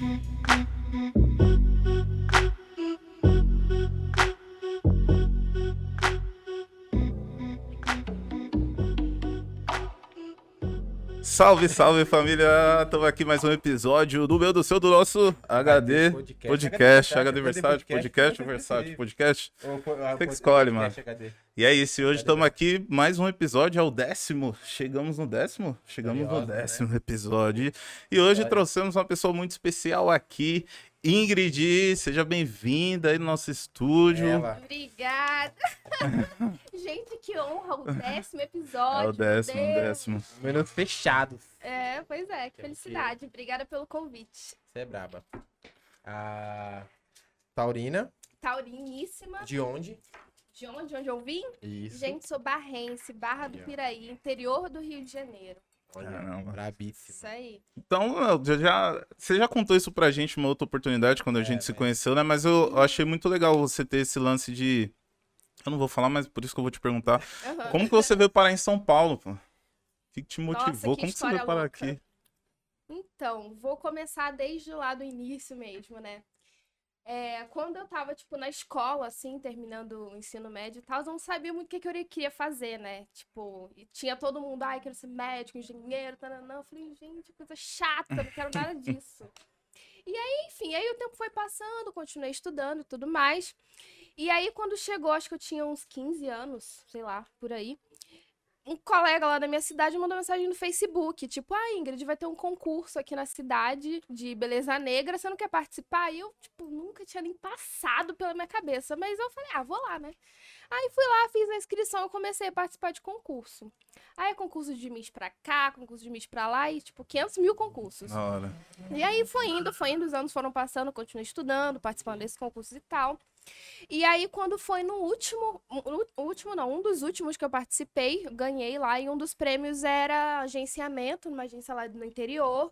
Salve, salve família! Estamos aqui mais um episódio do meu, do seu, do nosso HD Podcast, HD Versátil, Podcast, Versátil, Podcast. Você que escolhe, mano. E é isso, e hoje estamos aqui, mais um episódio, é o 10º. Chegamos no 10º? Chegamos no 10º episódio. E hoje trouxemos uma pessoa muito especial aqui. Ingrid, seja bem-vinda aí no nosso estúdio. Obrigada. Gente, que honra, o 10º episódio. É o 10º. Minutos fechados. É, pois é, que felicidade. Obrigada pelo convite. Você é braba. A Taurina. Tauriníssima. De onde? De onde eu vim? Isso. Gente, sou barrense, Barra do Piraí, interior do Rio de Janeiro. Caramba. Brabíssima. Isso aí. Então, você já contou isso pra gente uma outra oportunidade quando a gente se conheceu, né? Mas eu achei muito legal você ter esse lance de... Eu não vou falar, mas por isso que eu vou te perguntar. Uhum. Como que você veio parar em São Paulo, pô? O que te motivou? Nossa, que Como que você história veio parar louca. aqui? Então, vou começar desde lá do início mesmo, né? Quando eu tava, tipo, na escola, assim, terminando o ensino médio e tal, eu não sabia muito o que eu queria fazer, né? Tipo, e tinha todo mundo, ai, quero ser médico, engenheiro, taranã. Eu falei, gente, coisa chata, não quero nada disso. E aí, enfim, aí o tempo foi passando, continuei estudando e tudo mais. E aí, quando chegou, acho que eu tinha uns 15 anos, sei lá, por aí, um colega lá da minha cidade mandou mensagem no Facebook, tipo, Ingrid, vai ter um concurso aqui na cidade de beleza negra, você não quer participar? E eu, tipo, nunca tinha nem passado pela minha cabeça, mas eu falei, vou lá, né? Aí fui lá, fiz a inscrição e comecei a participar de concurso. Aí concurso de Miss pra cá, concurso de Miss pra lá e, tipo, 500 mil concursos. Na hora. E aí foi indo, os anos foram passando, continuei estudando, participando desses concursos e tal. E aí, quando foi no um dos últimos que eu participei, eu ganhei lá, e um dos prêmios era agenciamento, numa agência lá no interior,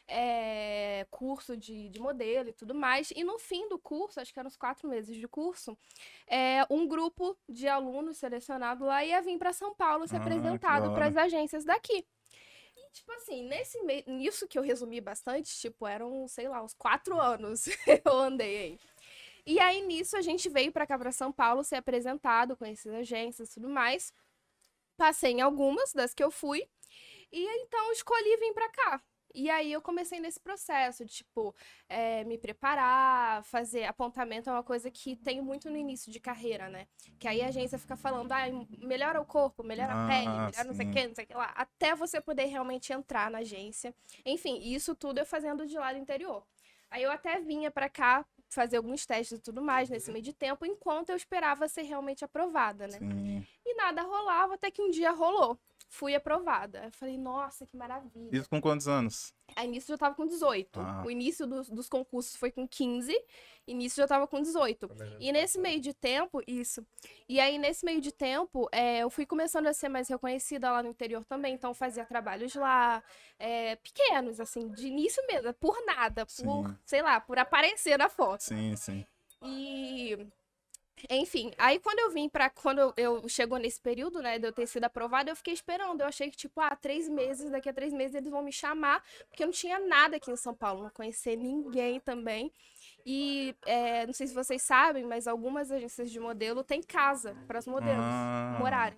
curso de modelo e tudo mais. E no fim do curso, acho que eram uns 4 meses de curso, um grupo de alunos selecionado lá ia vir para São Paulo ser apresentado para as agências daqui. E, tipo assim, nisso que eu resumi bastante, tipo, eram, sei lá, uns 4 anos eu andei aí. E aí, nisso, a gente veio pra cá, pra São Paulo, ser apresentado, conhecer as agências e tudo mais. Passei em algumas das que eu fui. E então, escolhi vir pra cá. E aí, eu comecei nesse processo de, tipo, me preparar, fazer apontamento é uma coisa que tem muito no início de carreira, né? Que aí a agência fica falando, melhora o corpo, melhora a pele, melhora não sei o que, não sei o que lá. Até você poder realmente entrar na agência. Enfim, isso tudo eu fazendo de lá do interior. Aí eu até vinha pra cá fazer alguns testes e tudo mais nesse meio de tempo, enquanto eu esperava ser realmente aprovada, né? Sim. E nada rolava, até que um dia rolou. Fui aprovada. Eu falei, nossa, que maravilha. Isso com quantos anos? Aí, início eu já tava com 18. O início dos concursos foi com 15. Início eu já tava com 18. E nesse meio de tempo, isso. E aí, nesse meio de tempo, eu fui começando a ser mais reconhecida lá no interior também. Então, fazia trabalhos lá, pequenos, assim, de início mesmo, por nada, sei lá, por aparecer na foto. Sim, sim. E... Enfim, aí quando eu chegou nesse período, né, de eu ter sido aprovada, eu fiquei esperando. Eu achei que, tipo, daqui a 3 meses eles vão me chamar, porque eu não tinha nada aqui em São Paulo, não conhecia ninguém também. E não sei se vocês sabem, mas algumas agências de modelo têm casa para os modelos morarem.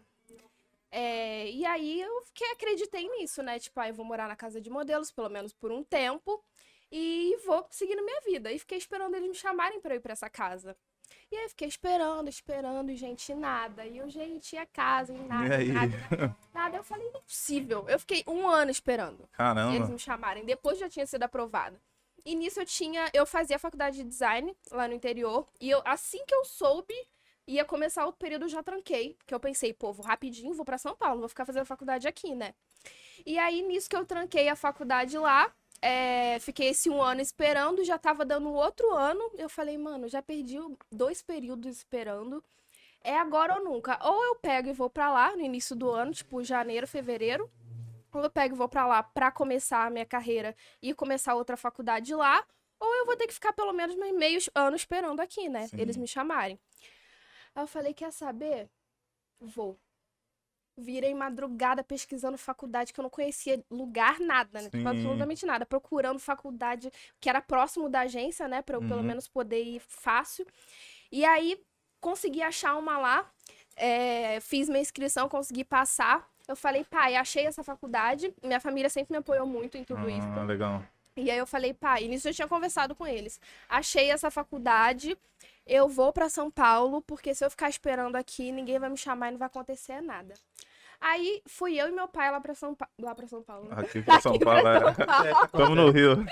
E aí acreditei nisso, né? Tipo, eu vou morar na casa de modelos, pelo menos por um tempo, e vou seguindo minha vida. E fiquei esperando eles me chamarem para ir para essa casa. E aí fiquei esperando, e gente, nada. E eu, gente, e a casa, e nada, E aí? nada. Eu falei, não é possível. Eu fiquei 1 ano esperando Caramba. eles me chamarem. Depois já tinha sido aprovada. E nisso eu fazia faculdade de design lá no interior. E assim que eu soube, ia começar o período, eu já tranquei. Que eu pensei, pô, vou rapidinho, vou pra São Paulo, vou ficar fazendo faculdade aqui, né? E aí, nisso que eu tranquei a faculdade lá, fiquei esse 1 ano esperando, já tava dando outro ano. Eu falei, mano, já perdi 2 períodos esperando. É agora ou nunca. Ou eu pego e vou pra lá no início do ano, tipo janeiro, fevereiro. Ou eu pego e vou pra lá pra começar a minha carreira e começar outra faculdade lá. Ou eu vou ter que ficar pelo menos meio ano esperando aqui, né? Sim. Eles me chamarem. Aí eu falei, quer saber? Vou. Virei madrugada pesquisando faculdade, que eu não conhecia lugar, nada, né? Tipo, absolutamente nada. Procurando faculdade que era próximo da agência, né? Pra eu pelo menos poder ir fácil. E aí, consegui achar uma lá. Fiz minha inscrição, consegui passar. Eu falei, pai, achei essa faculdade. Minha família sempre me apoiou muito em tudo isso. Legal. E aí eu falei, pai, nisso eu tinha conversado com eles. Achei essa faculdade, eu vou pra São Paulo, porque se eu ficar esperando aqui, ninguém vai me chamar e não vai acontecer nada. Aí fui eu e meu pai lá pra São Paulo. Né? Aqui pra São Paulo, Estamos no Rio.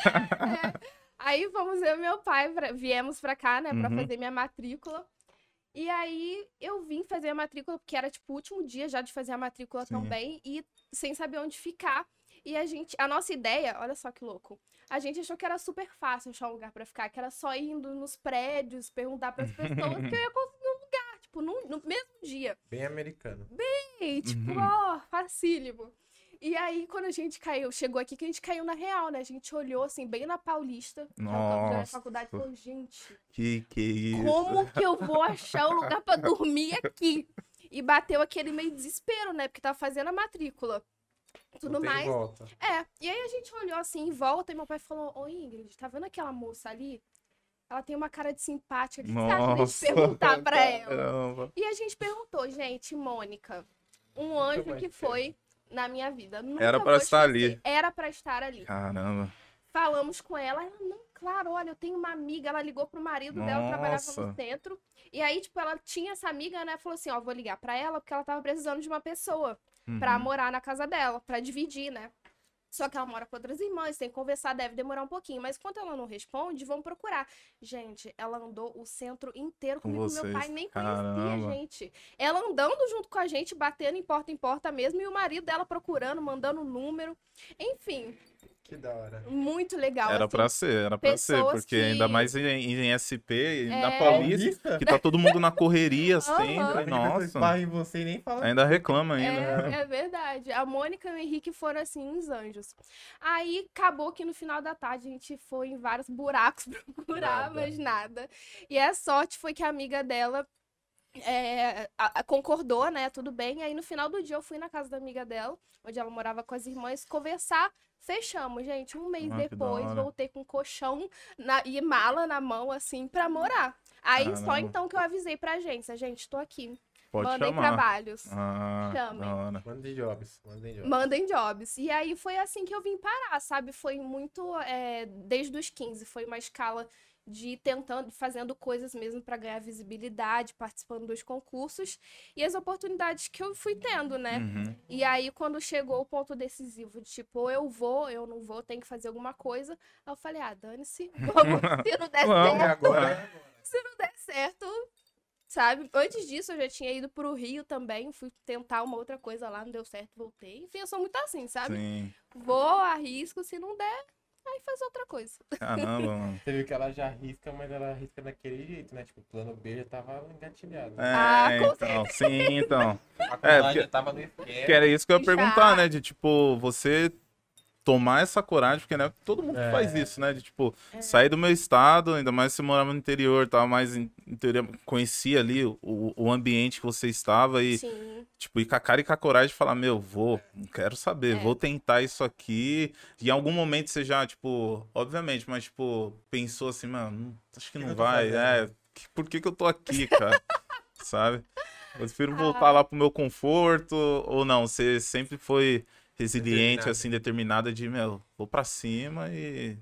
Aí fomos eu e meu pai, viemos pra cá, né, pra fazer minha matrícula. E aí eu vim fazer a matrícula, porque era tipo o último dia já de fazer a matrícula também, e sem saber onde ficar. E a nossa ideia, olha só que louco, a gente achou que era super fácil achar um lugar pra ficar, que era só indo nos prédios, perguntar pras pessoas que eu ia conseguir um lugar, tipo, no mesmo dia. Bem americano. Bem, tipo, facílimo. E aí, quando a gente chegou aqui, que a gente caiu na real, né? A gente olhou, assim, bem na Paulista, que é o campus da minha faculdade, e falou, gente, que isso? Como que eu vou achar um lugar pra dormir aqui? E bateu aquele meio desespero, né? Porque tava fazendo a matrícula. Tudo mais. Volta. E aí a gente olhou assim em volta e meu pai falou: Ô Ingrid, tá vendo aquela moça ali? Ela tem uma cara de simpática. O que você acha de a gente perguntar pra ela? Caramba. E a gente perguntou, gente, Mônica, um anjo que foi na minha vida. Nunca era pra estar ali. Era pra estar ali. Caramba. Falamos com ela, não, claro, olha, eu tenho uma amiga, ela ligou pro marido dela, trabalhava no centro. E aí, tipo, ela tinha essa amiga, né? Falou assim, ó, vou ligar pra ela, porque ela tava precisando de uma pessoa pra morar na casa dela, pra dividir, né? Só que ela mora com outras irmãs, tem que conversar, deve demorar um pouquinho. Mas enquanto ela não responde, vão procurar. Gente, ela andou o centro inteiro comigo. Meu pai nem conhecia, gente. Ela andando junto com a gente, batendo em porta mesmo. E o marido dela procurando, mandando número. Enfim. Que da hora. Muito legal. Era assim, pra ser, porque ainda mais em SP, na Paulista, que tá todo mundo na correria sempre. Nossa. Em você e nem fala. Ainda reclama ainda. É verdade. A Mônica e o Henrique foram assim, uns anjos. Aí acabou que no final da tarde a gente foi em vários buracos procurar, mas nada. E a sorte foi que a amiga dela concordou, né? Tudo bem. Aí no final do dia eu fui na casa da amiga dela, onde ela morava com as irmãs, conversar. Fechamos, gente. Um mês depois, voltei com colchão e mala na mão, assim, pra morar. Aí só então que eu avisei pra agência, gente, tô aqui. Pode Mandem chamar. trabalhos. Chamem. Mandem jobs. E aí foi assim que eu vim parar, sabe? Foi muito, desde os 15, foi uma escala de fazendo coisas mesmo para ganhar visibilidade, participando dos concursos e as oportunidades que eu fui tendo, né? E aí, quando chegou o ponto decisivo de tipo, eu vou, eu não vou, tem que fazer alguma coisa, aí eu falei, dane-se, vamos, se não der certo, se não der certo, sabe? Antes disso, eu já tinha ido pro Rio também, fui tentar uma outra coisa lá, não deu certo, voltei. Enfim, eu sou muito assim, sabe? Sim. Vou, arrisco, se não der, aí faz outra coisa. Caramba, mano. Você viu que ela já arrisca, mas ela arrisca daquele jeito, né? Tipo, o plano B já tava engatilhado. Então. Sim, então. Já tava no esquema. Que era isso que eu ia perguntar, né? De, tipo, você tomar essa coragem, porque não é todo mundo que faz isso, né? De, tipo, sair do meu estado, ainda mais se você morava no interior, tava mais interior, conhecia ali o ambiente que você estava e, tipo, ir com a cara e com a coragem de falar, meu, não quero saber, vou tentar isso aqui. E em algum momento você já, tipo, obviamente, mas, tipo, pensou assim, mano, acho que não vai, por que eu tô aqui, cara? Sabe? Eu prefiro voltar lá pro meu conforto, ou não, você sempre foi resiliente, assim, determinada de, vou pra cima e...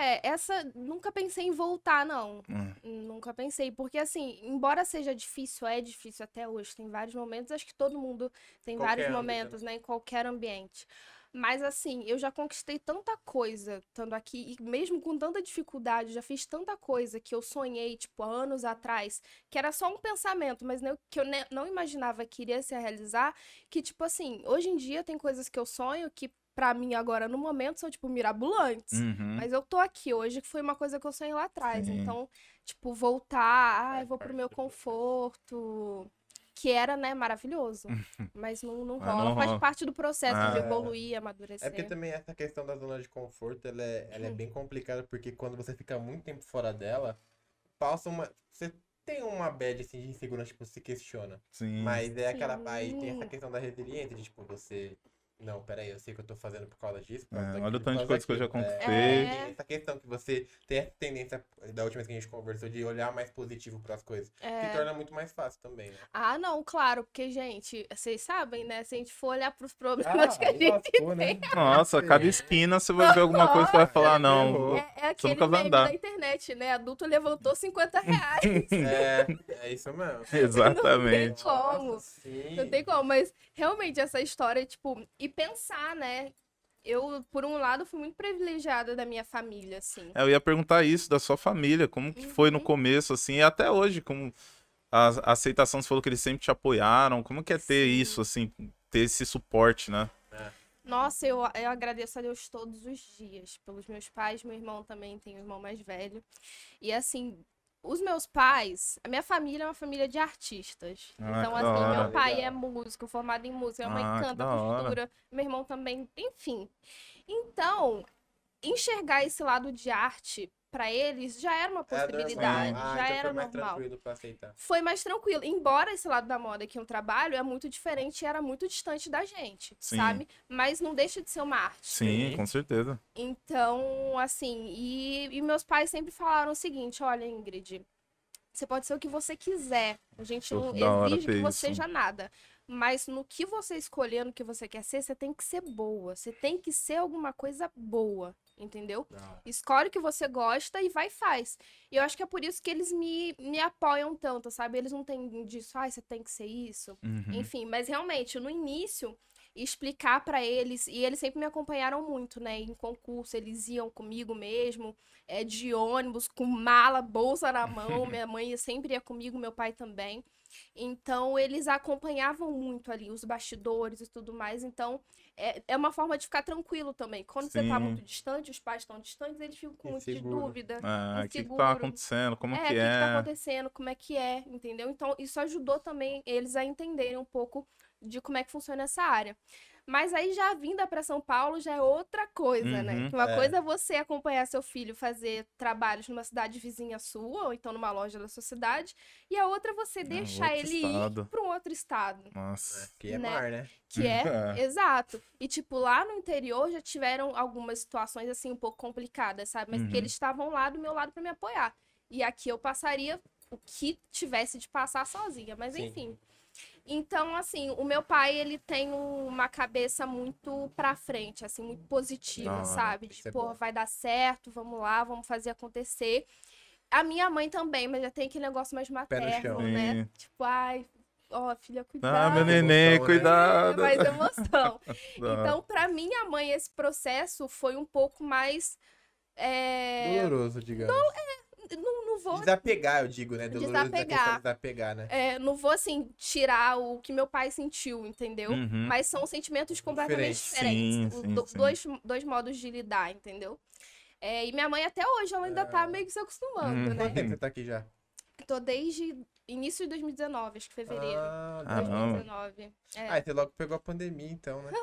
nunca pensei em voltar, não. Nunca pensei, porque assim, embora seja difícil, é difícil até hoje, tem vários momentos, acho que todo mundo tem vários momentos, né, em qualquer ambiente. Mas assim, eu já conquistei tanta coisa estando aqui, e mesmo com tanta dificuldade, já fiz tanta coisa que eu sonhei, tipo, há anos atrás, que era só um pensamento, mas que eu não imaginava que iria se realizar, que, tipo assim, hoje em dia tem coisas que eu sonho que, pra mim, agora, no momento, são, tipo, mirabolantes. Mas eu tô aqui hoje, que foi uma coisa que eu sonhei lá atrás. Então, tipo, voltar, eu vou pro meu conforto... Que era, né, maravilhoso. Mas não rola. Faz parte do processo de evoluir, amadurecer. É porque também essa questão da zona de conforto, ela é bem complicada, porque quando você fica muito tempo fora dela, passa uma... Você tem uma bad, assim, de insegurança, tipo, se questiona. Sim. Mas é aquela... Aí tem essa questão da resiliência, de, tipo, você... Não, peraí, eu sei que eu tô fazendo por causa disso. Olha o tanto de coisa que eu já conquistei. Essa questão que você tem essa tendência, da última vez que a gente conversou, de olhar mais positivo pras coisas. Que torna muito mais fácil também, né? Ah, não, claro, porque, gente, vocês sabem, né? Se a gente for olhar pros problemas que a gente tem... Né? Nossa, cada esquina você vai ver alguma coisa que vai falar, não. É aquele meme da internet, né? Adulto levantou R$50. É isso mesmo. Exatamente. Não tem como. Não tem como, mas realmente essa história, tipo... E pensar, né? Eu, por um lado, fui muito privilegiada da minha família, assim. Eu ia perguntar isso, da sua família, como que foi no começo, assim, e até hoje, como a aceitação, você falou que eles sempre te apoiaram, como que é ter isso, assim, ter esse suporte, né? Nossa, eu agradeço a Deus todos os dias, pelos meus pais, meu irmão também, tem um irmão mais velho. E assim... Os meus pais, a minha família é uma família de artistas. Então, assim, meu pai é músico, formado em música, minha mãe canta, costura, meu irmão também, enfim. Então, enxergar esse lado de arte pra eles já era uma possibilidade, já era normal. Foi mais tranquilo. Embora esse lado da moda que eu trabalho é muito diferente e era muito distante da gente, sabe? Mas não deixa de ser uma arte. Sim, com certeza. Então, assim, e meus pais sempre falaram o seguinte, olha, Ingrid, você pode ser o que você quiser, a gente não exige que você seja nada. Mas no que você escolher, no que você quer ser, você tem que ser boa. Você tem que ser alguma coisa boa, entendeu? Escolhe o que você gosta e vai e faz. E eu acho que é por isso que eles me apoiam tanto, sabe? Eles não têm disso, você tem que ser isso. Enfim, mas realmente, no início, explicar pra eles, e eles sempre me acompanharam muito, né? Em concurso, eles iam comigo mesmo, de ônibus, com mala, bolsa na mão. Minha mãe sempre ia comigo, meu pai também. Então, eles acompanhavam muito ali os bastidores e tudo mais. Então, é uma forma de ficar tranquilo também. Quando você tá muito distante, os pais estão distantes, eles ficam com muito de dúvida. O que tá acontecendo? Como que é? O que tá acontecendo? Como é que é? Entendeu? Então, isso ajudou também eles a entenderem um pouco de como é que funciona essa área. Mas aí já vinda para São Paulo já é outra coisa, né? Que uma coisa é você acompanhar seu filho fazer trabalhos numa cidade vizinha sua, ou então numa loja da sua cidade, e a outra é você deixar ele ir para um outro estado. Nossa. Que é mar, né? Que exato. E tipo, lá no interior já tiveram algumas situações assim um pouco complicadas, sabe? Mas que eles estavam lá do meu lado para me apoiar. E aqui eu passaria o que tivesse de passar sozinha, mas enfim. Então, assim, o meu pai, ele tem uma cabeça muito pra frente, assim, muito positiva, sabe? Tipo, vai dar certo, vamos lá, vamos fazer acontecer. A minha mãe também, mas já tem aquele negócio mais materno, né? Tipo, filha, cuidado. Meu neném, cuidado. Mais emoção. Então, pra minha mãe, esse processo foi um pouco mais... doloroso, digamos. Não vou... Desapegar, eu digo, né? Desapegar, né? Não vou, assim, tirar o que meu pai sentiu, entendeu? Mas são sentimentos completamente diferentes. Dois modos de lidar, entendeu? E minha mãe, até hoje, ela ainda tá meio que se acostumando, né? Quanto tempo você tá aqui já? Tô desde início de 2019, acho que fevereiro. 2019. E você logo pegou a pandemia, então, né?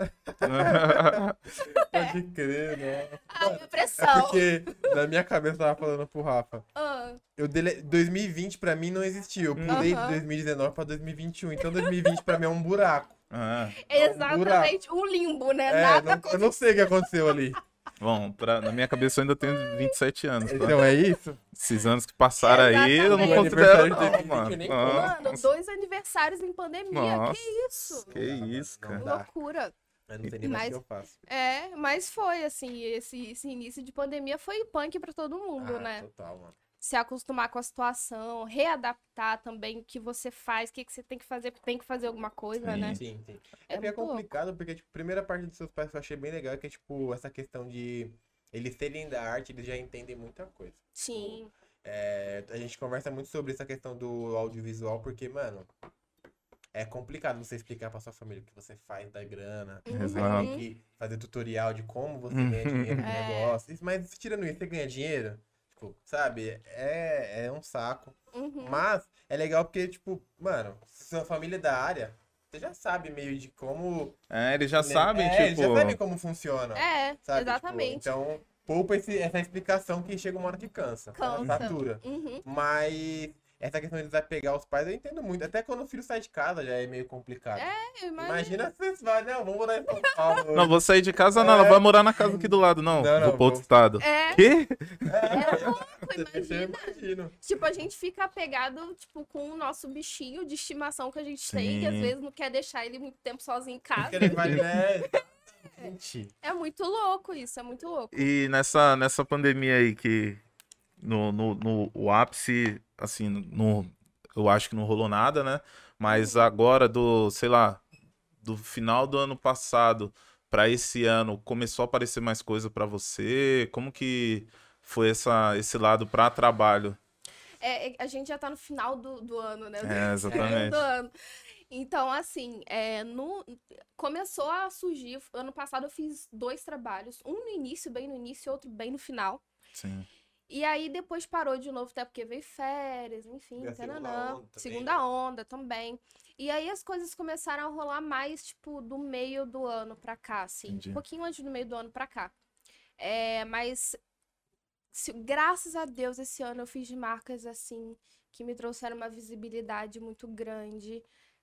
Pode crer, né? A pressão. Porque na minha cabeça eu tava falando pro Rafa. 2020 pra mim não existiu. Eu pulei de 2019 pra 2021. Então 2020 pra mim é um buraco. Exatamente, um limbo, né? Nada eu não sei o que aconteceu ali. Bom, na minha cabeça eu ainda tenho 27 anos. Tá? Então é isso? Esses anos que passaram aí, eu não considero não, mano. Mano, 2 aniversários em pandemia, Nossa, que isso? Que isso, cara. Loucura. Eu não sei nem mais o que eu faço. Mas foi, assim, esse início de pandemia foi punk pra todo mundo, né? Total, mano. Se acostumar com a situação, readaptar também o que você faz, o que você tem que fazer, porque tem que fazer alguma coisa, né? Sim. É complicado, porque, tipo, a primeira parte dos seus pais que eu achei bem legal, que é, tipo, essa questão de eles serem da arte, eles já entendem muita coisa. Sim. A gente conversa muito sobre essa questão do audiovisual, porque, mano, é complicado você explicar pra sua família o que você faz da grana. Exato. Tem que fazer tutorial de como você ganha dinheiro no negócio. Mas tirando isso, você ganha dinheiro? Sabe? É um saco. Mas é legal porque, tipo, mano, se sua família é da área, você já sabe meio de como... eles já sabem, tipo... Eles já sabem como funciona. Sabe? Exatamente. Tipo, então, poupa essa explicação que chega uma hora que cansa. Satura. Mas essa questão de desapegar os pais, eu entendo muito. Até quando o filho sai de casa já é meio complicado. Imagina se vocês vão, não, vamos morar em São Paulo. Não, vou sair de casa, não, ela vai morar na casa aqui do lado, não. Vou pro outro estado. Quê? É louco, imagina. Tipo, a gente fica apegado, tipo, com o nosso bichinho de estimação que a gente tem, que às vezes não quer deixar ele muito tempo sozinho em casa. É muito louco isso, é muito louco. E nessa pandemia aí que no ápice, assim, eu acho que não rolou nada, né? Mas agora sei lá, do final do ano passado para esse ano, começou a aparecer mais coisa para você? Como que foi esse lado para trabalho? A gente já tá no final do ano, né? Exatamente. Do ano. Então, assim, começou a surgir. Ano passado eu fiz 2 trabalhos. Um no início, bem no início, e outro bem no final. Sim. E aí depois parou de novo, até porque veio férias, enfim, segunda onda também. E aí as coisas começaram a rolar mais, tipo, do meio do ano pra cá, assim. Entendi. Um pouquinho antes do meio do ano pra cá. Mas, graças a Deus, esse ano eu fiz marcas, assim, que me trouxeram uma visibilidade muito grande.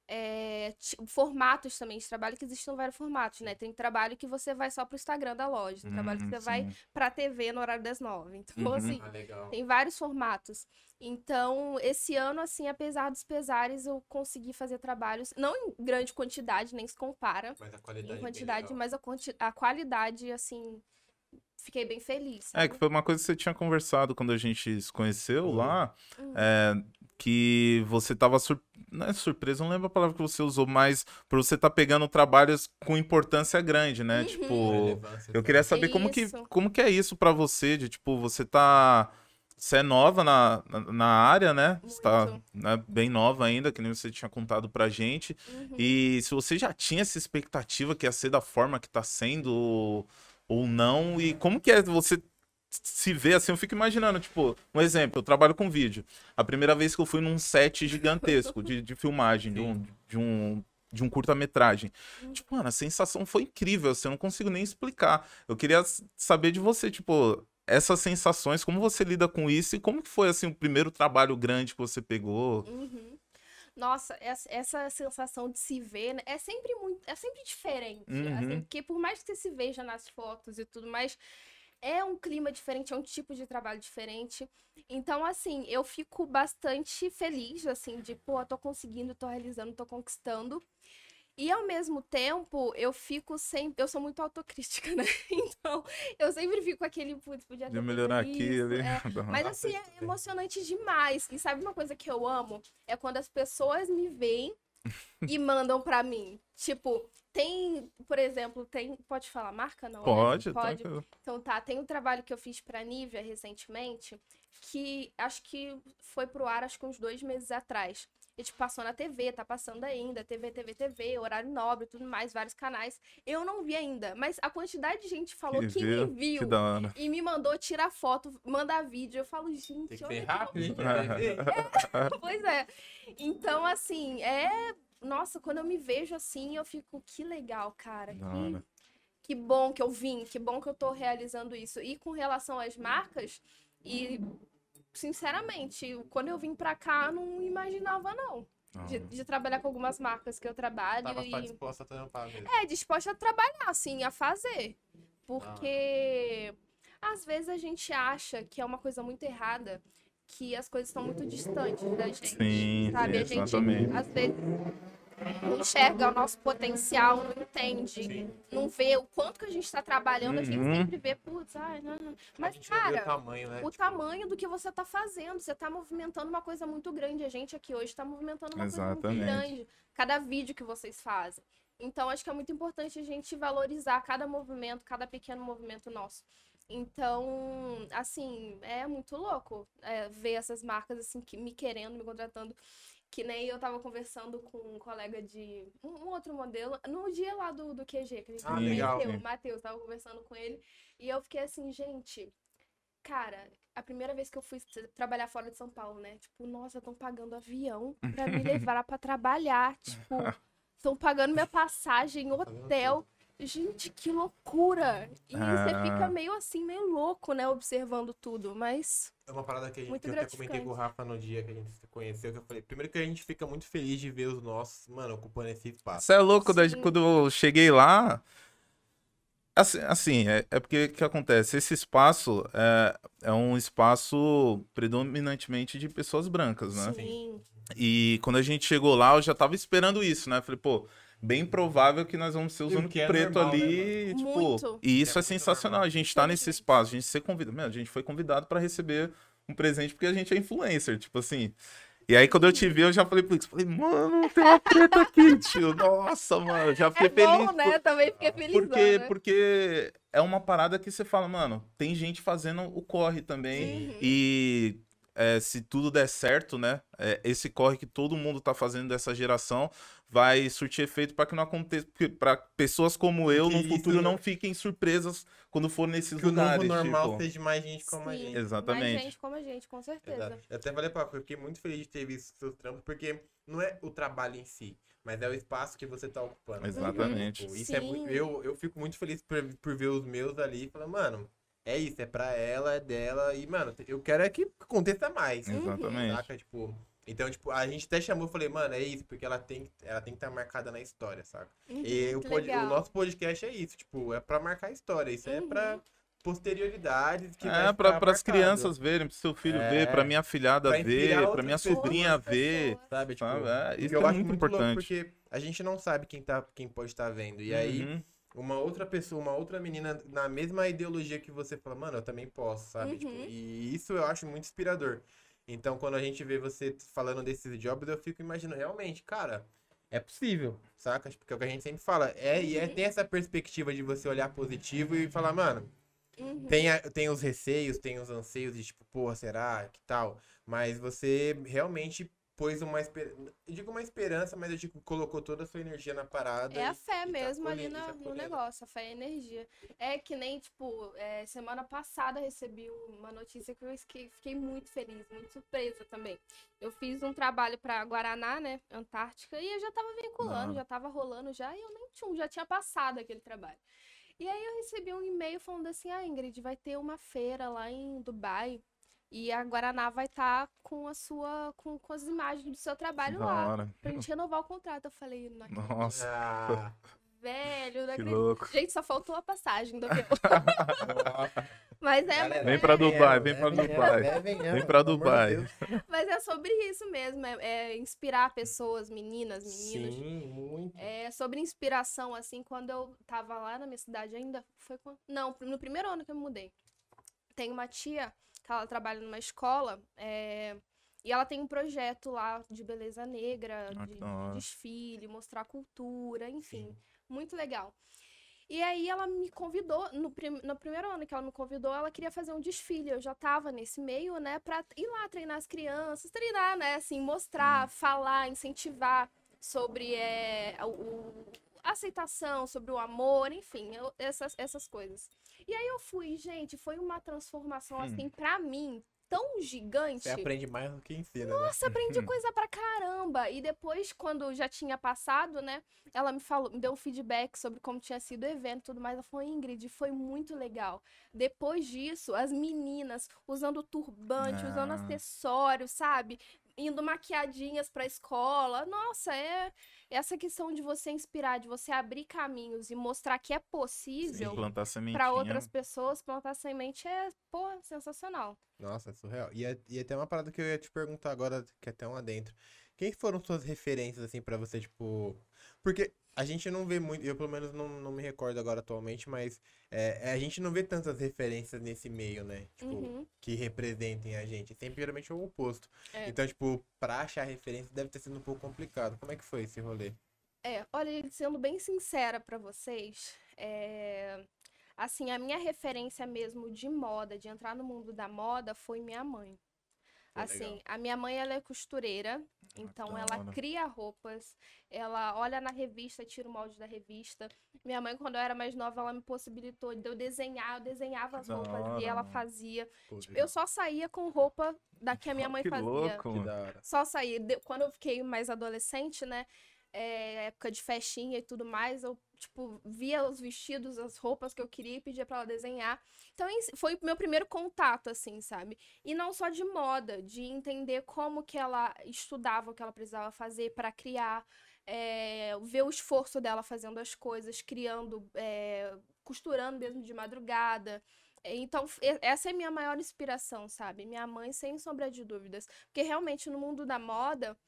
Formatos também de trabalho, que existem vários formatos, né? Tem trabalho que você vai só pro Instagram da loja, tem trabalho que você vai pra TV no horário das 9. Então, assim, tem vários formatos. Então, esse ano, assim, apesar dos pesares, eu consegui fazer trabalhos, não em grande quantidade, nem se compara mas a qualidade em quantidade, mas a qualidade, assim, fiquei bem feliz. Sabe? Que foi uma coisa que você tinha conversado quando a gente se conheceu lá, que você tava não é surpresa, não lembro a palavra que você usou, mas por você estar pegando trabalhos com importância grande, né? Tipo, eu queria saber como que é isso pra você, de tipo, você é nova na área, né? Você tá, né, bem nova ainda, que nem você tinha contado pra gente. E se você já tinha essa expectativa que ia ser da forma que tá sendo ou não, e como que é você se vê assim, eu fico imaginando, tipo, um exemplo, eu trabalho com vídeo. A primeira vez que eu fui num set gigantesco de filmagem, de um curta-metragem. Tipo, mano, a sensação foi incrível, assim, eu não consigo nem explicar. Eu queria saber de você, tipo, essas sensações, como você lida com isso e como que foi, assim, o primeiro trabalho grande que você pegou? Nossa, essa sensação de se ver, né, é sempre diferente, assim, porque por mais que você se veja nas fotos e tudo mais, é um clima diferente, é um tipo de trabalho diferente. Então, assim, eu fico bastante feliz, assim, de, pô, tô conseguindo, tô realizando, tô conquistando. E, ao mesmo tempo, eu sou muito autocrítica, né? Então, eu sempre fico aquele, putz, podia ter melhorar aqui, ali. Mas, assim, é emocionante demais. E sabe uma coisa que eu amo? É quando as pessoas me veem e mandam pra mim. Tipo, por exemplo, pode falar marca, não? Pode, né? Pode. Então tá, tem um trabalho que eu fiz pra Nivea recentemente, que acho que foi pro ar, acho que uns 2 meses atrás. A gente passou na TV, tá passando ainda, TV, horário nobre, tudo mais, vários canais. Eu não vi ainda, mas a quantidade de gente falou que me viu e me mandou tirar foto, mandar vídeo. Eu falo, gente, tem que ser rápido, pois é. Então, assim, nossa, quando eu me vejo assim, eu fico, que legal, cara. Que bom que eu vim, que bom que eu tô realizando isso. E com relação às marcas, sinceramente, quando eu vim pra cá, não imaginava, não. De trabalhar com algumas marcas que eu trabalho. Tava só disposta a trampar mesmo. Disposta a trabalhar, assim, a fazer. Porque às vezes a gente acha que é uma coisa muito errada, que as coisas estão muito distantes da gente. Sim, sabe? A gente, às vezes, não enxerga o nosso potencial, não entende, não vê o quanto que a gente tá trabalhando, a gente sempre vê, putz, não. Mas, cara, o tamanho do que você tá fazendo, você tá movimentando uma coisa muito grande, a gente aqui hoje tá movimentando uma coisa muito grande, cada vídeo que vocês fazem. Então, acho que é muito importante a gente valorizar cada movimento, cada pequeno movimento nosso. Então, assim, é muito louco ver essas marcas, assim, me querendo, me contratando. Que nem eu tava conversando com um colega de um outro modelo, no dia lá do QG, que a gente conheceu, o Matheus, tava conversando com ele, e eu fiquei assim, gente, cara, a primeira vez que eu fui trabalhar fora de São Paulo, né, tipo, nossa, estão pagando avião pra me levar pra trabalhar, tipo, estão pagando minha passagem, hotel, gente, que loucura! E você fica meio assim, meio louco, né, observando tudo, mas... É uma parada que eu até comentei com o Rafa no dia que a gente se conheceu, que eu falei, primeiro que a gente fica muito feliz de ver os nossos, mano, ocupando esse espaço. Você é louco, quando eu cheguei lá... Assim, é porque o que acontece? Esse espaço é um espaço predominantemente de pessoas brancas, né? Sim. E quando a gente chegou lá, eu já tava esperando isso, né? Falei, pô, bem provável que nós vamos ser os únicos pretos ali, né, tipo... Muito. E isso é sensacional, a gente tá nesse espaço, a gente ser convidado... A gente foi convidado pra receber um presente porque a gente é influencer, tipo assim... E aí, quando eu te vi, eu já falei pro Ix, falei, mano, tem uma preta aqui, tio. Nossa, mano, já fiquei feliz. Bom, né? Também fiquei feliz. Porque é uma parada que você fala, mano, tem gente fazendo o corre também. Uhum. E se tudo der certo, né? Esse corre que todo mundo tá fazendo dessa geração vai surtir efeito para que não aconteça, para pessoas como eu no futuro não fiquem surpresas quando for nesses lugares. Que o novo normal seja mais gente como a gente. Exatamente. Mais gente como a gente, com certeza. Exato. Eu até falei pra eu fiquei muito feliz de ter visto seus trampos, porque não é o trabalho em si, mas é o espaço que você tá ocupando. Exatamente. Tipo, isso eu fico muito feliz por ver os meus ali e falar, mano, é isso, é pra ela, é dela, e, mano, eu quero que aconteça mais. Exatamente. Saca? Tipo, então, tipo, a gente até chamou, falei, mano, é isso, porque ela tem que estar marcada na história, saca? E o nosso podcast é isso, tipo, é pra marcar a história, isso é pra posterioridades que vai para as crianças verem, pro seu filho ver, pra minha afilhada ver, pra minha sobrinha ver, sabe? Tipo, isso eu é acho muito importante. porque a gente não sabe quem pode estar vendo. E aí, uma outra pessoa, uma outra menina na mesma ideologia que você fala, mano, eu também posso, sabe? Tipo, e isso eu acho muito inspirador. Então, quando a gente vê você falando desses jobs, eu fico imaginando, realmente, cara, é possível, saca? Porque é o que a gente sempre fala. Tem essa perspectiva de você olhar positivo e falar, mano, tem os receios, tem os anseios de tipo, porra, será? Que tal? Mas você realmente pôs uma esperança. Eu digo uma esperança, mas eu digo, colocou toda a sua energia na parada. É a fé mesmo ali no negócio, a fé e a energia. É que nem, tipo, semana passada recebi uma notícia que eu fiquei muito feliz, muito surpresa também. Eu fiz um trabalho pra Guaraná, né, Antártica, e eu já tava vinculando, já tava rolando já, e eu nem já tinha passado aquele trabalho. E aí eu recebi um e-mail falando assim, Ingrid, vai ter uma feira lá em Dubai e a Guaraná vai estar com com as imagens do seu trabalho lá, pra gente renovar o contrato. Eu falei, não acredito. Nossa. Velho, não acredito. Louco. Gente, só faltou a passagem do avião. Mas vem pra Dubai, vem pra Dubai. Vem pra Dubai. Mas é sobre isso mesmo, inspirar pessoas, meninas. Sim, muito. É sobre inspiração, assim, quando eu tava lá na minha cidade ainda, no primeiro ano que eu me mudei. Tem uma tia que ela trabalha numa escola, e ela tem um projeto lá de beleza negra, de desfile, mostrar cultura, enfim, muito legal. E aí ela me convidou, no primeiro ano que ela me convidou, ela queria fazer um desfile. Eu já tava nesse meio, né, pra ir lá treinar as crianças, treinar, né, assim, mostrar, falar, incentivar sobre a aceitação, sobre o amor, enfim, essas coisas. E aí eu fui, gente, foi uma transformação, assim, pra mim, tão gigante. Você aprende mais do que ensina, Nossa, aprendi coisa pra caramba. E depois, quando já tinha passado, né, ela me deu um feedback sobre como tinha sido o evento e tudo mais. Ela falou, Ingrid, foi muito legal. Depois disso, as meninas usando turbante, usando acessórios, sabe? Indo maquiadinhas pra escola. Nossa, essa questão de você inspirar, de você abrir caminhos e mostrar que é possível para outras pessoas, plantar semente porra, sensacional. Nossa, é surreal. E até uma parada que eu ia te perguntar agora, que é até um adentro. Quem foram suas referências, assim, pra você, tipo... Porque a gente não vê muito, eu pelo menos não me recordo agora atualmente, mas a gente não vê tantas referências nesse meio, né? Tipo, que representem a gente. Sempre geralmente é o oposto. Então, tipo, pra achar referência deve ter sido um pouco complicado. Como é que foi esse rolê? Olha, sendo bem sincera pra vocês, assim, a minha referência mesmo de moda, de entrar no mundo da moda, foi minha mãe. Assim, legal. A minha mãe, ela é costureira, então ela cria roupas, ela olha na revista, tira o molde da revista. Minha mãe, quando eu era mais nova, ela me possibilitou de eu desenhar, eu desenhava as roupas e ela fazia. Tipo, eu só saía com roupa da que a minha mãe fazia. Louco. Que da hora. Só saía. Quando eu fiquei mais adolescente, né, época de festinha e tudo mais, eu tipo, via os vestidos, as roupas que eu queria e pedia pra ela desenhar. Então, foi meu primeiro contato, assim, sabe? E não só de moda, de entender como que ela estudava, o que ela precisava fazer pra criar, ver o esforço dela fazendo as coisas, criando, costurando mesmo de madrugada. Então, essa é a minha maior inspiração, sabe? Minha mãe, sem sombra de dúvidas. Porque realmente no mundo da moda,